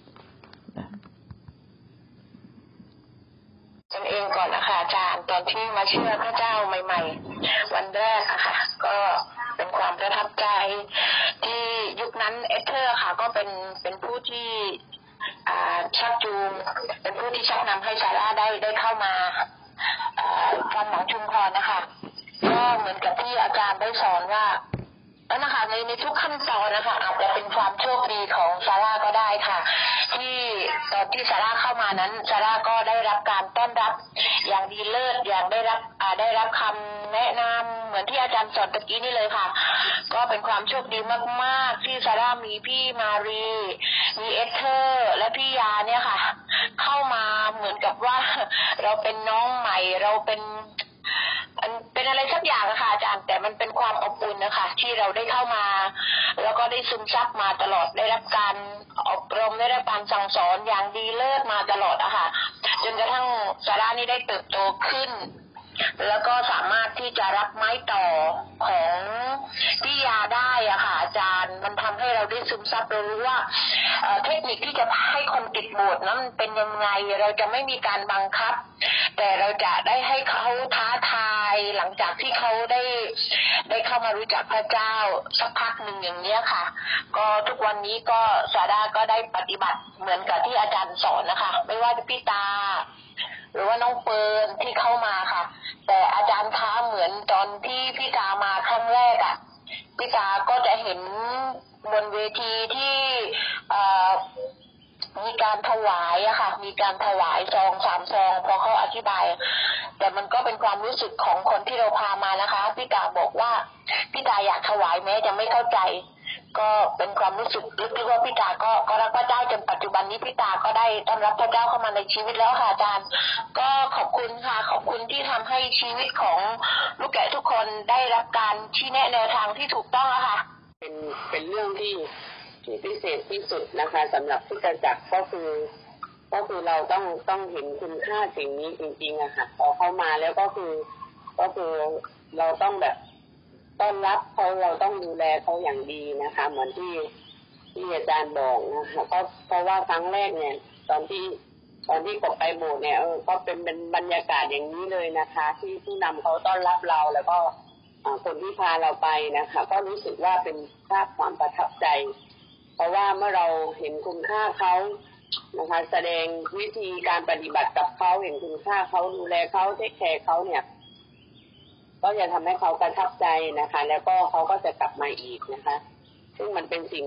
ฉันเองก่อนนะคะอาจารย์ตอนที่มาเชื่อพระเจ้าใหม่ๆวันแรกอะค่ะก็เป็นความประทับใจที่ยุคนั้นเอเธอร์ค่ะก็เป็นผู้ที่ชักจูงเป็นผู้ที่ชักนำให้ซาร่าได้เข้ามาความหวังชุมพรนะคะก็เหมือนกับที่อาจารย์ได้สอนว่าแล้วนะคะในทุกขั้นตอนนะคะอาจจะเป็นความโชคดีของซาร่าก็ได้ค่ะที่ตอนที่ซาร่าเข้ามานั้นซาร่าก็ได้รับการต้อนรับอย่างดีเลิศอย่างได้รับคำแนะนำเหมือนที่อาจารย์สอนตะกี้นี่เลยค่ะก็เป็นความโชคดีมากๆที่ซาร่ามีพี่มารีมีเอสเธอร์และพี่ยาเนี่ยค่ะเข้ามาเหมือนกับว่าเราเป็นน้องใหม่เราเป็นอะไรสักอย่างนะคะอาจารย์แต่มันเป็นความอบอุ่นนะคะที่เราได้เข้ามาแล้วก็ได้ซึมซับมาตลอดได้รับการอบรมได้รับการสั่งสอนอย่างดีเลิศมาตลอดอะค่ะจนกระทั่งซาร่านี่ได้เติบโตขึ้นแล้วก็สามารถที่จะรับไม้ต่อของพี่ยาได้อะค่ะอาจารย์มันทำให้เราได้ซึมซับเรารู้ว่าเทคนิคที่จะให้คนติดโบสถ์นั้นเป็นยังไงเราจะไม่มีการบังคับแต่เราจะได้ให้เขาท้าทายหลังจากที่เขาได้เข้ามารู้จักพระเจ้าสักพักหนึ่งอย่างนี้ค่ะก็ทุกวันนี้ก็ซาร่าก็ได้ปฏิบัติเหมือนกับที่อาจารย์สอนนะคะไม่ว่าจะพี่ตาหรือว่าน้องเฟิร์นที่เข้ามาค่ะแต่อาจารย์คะเหมือนตอนที่พี่ตามาครั้งแรกอ่ะพี่ตาก็จะเห็นบนเวทีที่มีการถวายอะค่ะมีการถวายซอง3 ซองพอเขาอธิบายแต่มันก็เป็นความรู้สึกของคนที่เราพามานะคะพี่ตาบอกว่าพี่ตาอยากถวายแม้จะไม่เข้าใจก็เป็นความรู้สึกลึกๆว่าพี่ตาก็รักพระเจ้าจนปัจจุบันนี้พี่ตาก็ได้ต้อนรับพระเจ้าเข้ามาในชีวิตแล้วค่ะอาจารย์ก็ขอบคุณค่ะขอบคุณที่ทำให้ชีวิตของลูกแกะทุกคนได้รับการชี้แนะแนวทางที่ถูกต้องอะค่ะเป็นเรื่องที่พิเศษที่สุดนะคะสำหรับคริสตจักรก็คือก็คือเราต้องเห็นคุณค่าสิ่งนี้จริงๆอะค่ะพอเขามาแล้วก็คือเราต้องแบบต้อนรับเขาเราต้องดูแลเขาอย่างดีนะคะเหมือนที่อาจารย์บอกนะคะก็เพราะว่าครั้งแรกเนี่ยตอนที่กบไปโบสถ์เนี่ยก็เป็นบรรยากาศอย่างนี้เลยนะคะที่ผู้นำเขาต้อนรับเราแล้วก็คนที่พาเราไปนะคะก็รู้สึกว่าเป็นภาพความประทับใจเพราะว่าเมื่อเราเห็นคุณค่าเขานะคะแสดงวิธีการปฏิบัติกับเขาเห็นคุณค่าเขาดูแลเขาเทคแคร์เขาเนี่ยก็จะทำให้เขาประทับใจนะคะแล้วก็เขาก็จะกลับมาอีกนะคะซึ่งมันเป็นสิ่ง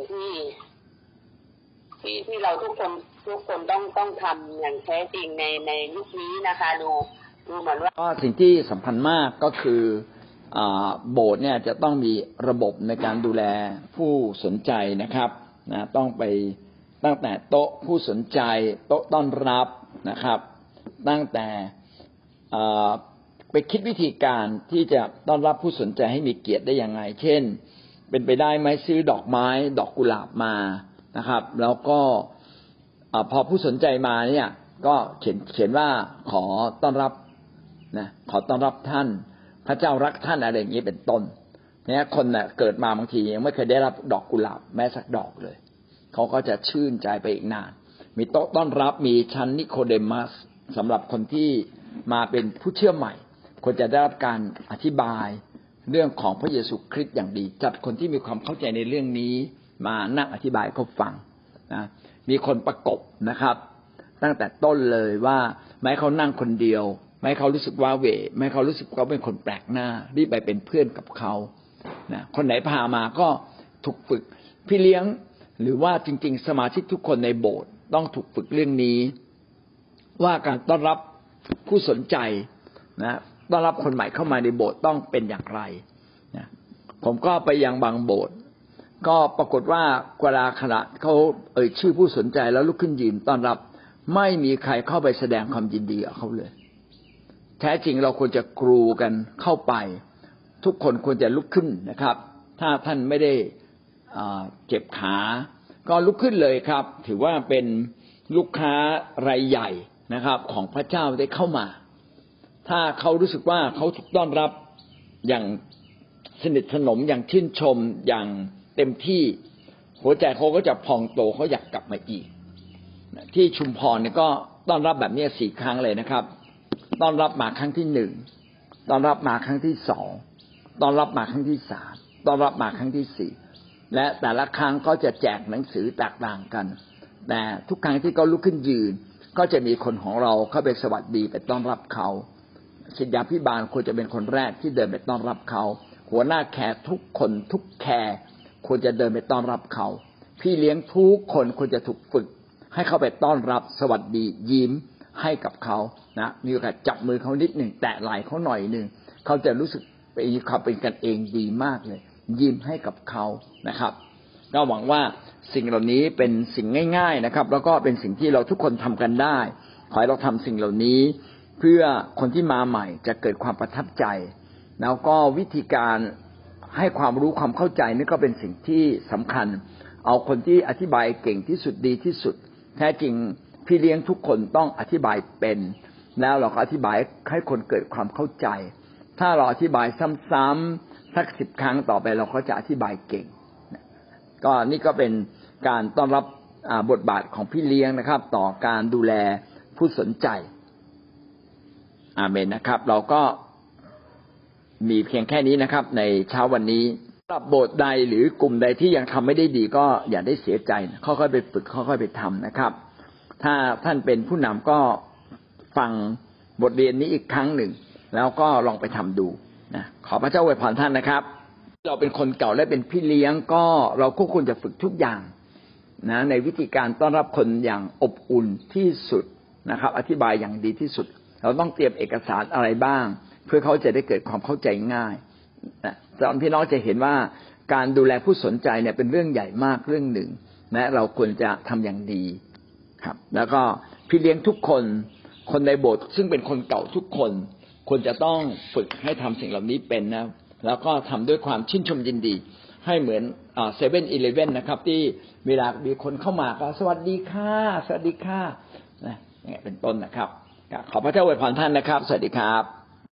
ที่เราทุกคนต้องทำอย่างแท้จริงในยุคนี้นะคะดูเหมือนว่าก็สิ่งที่สำคัญมากก็คือโบสถ์เนี่ยจะต้องมีระบบในการดูแลผู้สนใจนะครับนะต้องไปตั้งแต่โต๊ะผู้สนใจโต๊ะต้อนรับนะครับตั้งแต่ไปคิดวิธีการที่จะต้อนรับผู้สนใจให้มีเกียรติได้ยังไงเช่นเป็นไปได้ไหมซื้อดอกไม้ดอกกุหลาบมานะครับแล้วก็พอผู้สนใจมาเนี่ยก็เขียนว่าขอต้อนรับนะขอต้อนรับท่านพระเจ้ารักท่านอะไรอย่างนี้เป็นต้นเนี่ยคนน่ะเกิดมาบางทียังไม่เคยได้รับดอกกุหลาบแม้สักดอกเลยเขาก็จะชื่นใจไปอีกนานมีโต๊ะต้อนรับมีชั้นนิโคเดมัสสำหรับคนที่มาเป็นผู้เชื่อใหม่ควรจะได้รับการอธิบายเรื่องของพระเยซูคริสต์อย่างดีจัดคนที่มีความเข้าใจในเรื่องนี้มานั่งอธิบายเขาฟังนะมีคนประกบนะครับตั้งแต่ต้นเลยว่าไม่ให้เขานั่งคนเดียวไม่ให้เขารู้สึกว่าเวไม่ให้เขารู้สึกเขาเป็นคนแปลกหน้ารีบไปเป็นเพื่อนกับเขานะคนไหนพามาก็ถูกฝึกพี่เลี้ยงหรือว่าจริงๆสมาชิกทุกคนในโบสถ์ต้องถูกฝึกเรื่องนี้ว่าการต้อนรับผู้สนใจนะต้อนรับคนใหม่เข้ามาในโบสถ์ต้องเป็นอย่างไรนะผมก็ไปยังบางโบสถ์ก็ปรากฏว่าเวลาขณะเขาชื่อผู้สนใจแล้วลุกขึ้นยืนต้อนรับไม่มีใครเข้าไปแสดงความยินดีกับเขาเลยแท้จริงเราควรจะกรูกันเข้าไปทุกคนควรจะลุกขึ้นนะครับถ้าท่านไม่ได้เจ็บขาก็ลุกขึ้นเลยครับถือว่าเป็นลูกค้ารายใหญ่นะครับของพระเจ้าได้เข้ามาถ้าเขารู้สึกว่าเขาถูกต้อนรับอย่างสนิทสนมอย่างชื่นชมอย่างเต็มที่หัวใจเขาก็จะพองโตเขาอยากกลับมาอีกที่ชุมพรเนี่ยก็ต้อนรับแบบนี้4 ครั้งเลยนะครับต้อนรับมาครั้งที่1ต้อนรับมาครั้งที่2ต้อนรับมาครั้งที่3ต้อนรับมาครั้งที่4และแต่ละครั้งก็จะแจกหนังสือแตกต่างกันแต่ทุกครั้งที่เขาลุกขึ้นยืนก็จะมีคนของเราเข้าไปสวัสดีไปต้อนรับเขาศิษยาภิบาลควรจะเป็นคนแรกที่เดินไปต้อนรับเขาหัวหน้าแขกทุกคนทุกแขกควรจะเดินไปต้อนรับเขาพี่เลี้ยงทุกคนควรจะถูกฝึกให้เข้าไปต้อนรับสวัสดียิ้มให้กับเขานะมีโอกาสจับมือเขานิดหนึ่งแตะไหล่เขาหน่อยหนึ่งเขาจะรู้สึกเป็นกันเองดีมากเลยยิ้มให้กับเขานะครับก็หวังว่าสิ่งเหล่านี้เป็นสิ่งง่ายๆนะครับแล้วก็เป็นสิ่งที่เราทุกคนทำกันได้ขอให้เราทำสิ่งเหล่านี้เพื่อคนที่มาใหม่จะเกิดความประทับใจแล้วก็วิธีการให้ความรู้ความเข้าใจนี่ก็เป็นสิ่งที่สำคัญเอาคนที่อธิบายเก่งที่สุดดีที่สุดแท้จริงพี่เลี้ยงทุกคนต้องอธิบายเป็นแล้วเราก็อธิบายให้คนเกิดความเข้าใจถ้าเราอธิบายซ้ำๆสัก10 ครั้งต่อไปเราก็จะอธิบายเก่งก็นี่ก็เป็นการต้อนรับบทบาทของพี่เลี้ยงนะครับต่อการดูแลผู้สนใจอาเมนนะครับเราก็มีเพียงแค่นี้นะครับในเช้าวันนี้สำหรับโบสถ์ใดหรือกลุ่มใดที่ยังทำไม่ได้ดีก็อย่าได้เสียใจค่อยๆไปฝึกค่อยๆไปทำนะครับถ้าท่านเป็นผู้นำก็ฟังบทเรียนนี้อีกครั้งหนึ่งแล้วก็ลองไปทำดูนะขอพระเจ้าอวยพรท่านนะครับเราเป็นคนเก่าและเป็นพี่เลี้ยงก็เราก็ควรจะฝึกทุกอย่างนะในวิธีการต้อนรับคนอย่างอบอุ่นที่สุดนะครับอธิบายอย่างดีที่สุดเราต้องเตรียมเอกสารอะไรบ้างเพื่อเขาจะได้เกิดความเข้าใจง่ายนะตอนพี่น้องจะเห็นว่าการดูแลผู้สนใจเนี่ยเป็นเรื่องใหญ่มากเรื่องหนึ่งและเราควรจะทำอย่างดีครับแล้วก็พี่เลี้ยงทุกคนคนในโบสถ์ซึ่งเป็นคนเก่าทุกคนควรจะต้องฝึกให้ทำสิ่งเหล่านี้เป็นนะแล้วก็ทำด้วยความชื่นชมยินดีให้เหมือน7-11นะครับที่เวลามีคนเข้ามาก็สวัสดีค่ะสวัสดีค่ะนะอย่างเงี้ยเป็นต้นนะครับขอพระเจ้าอวยพรท่านนะครับสวัสดีครับ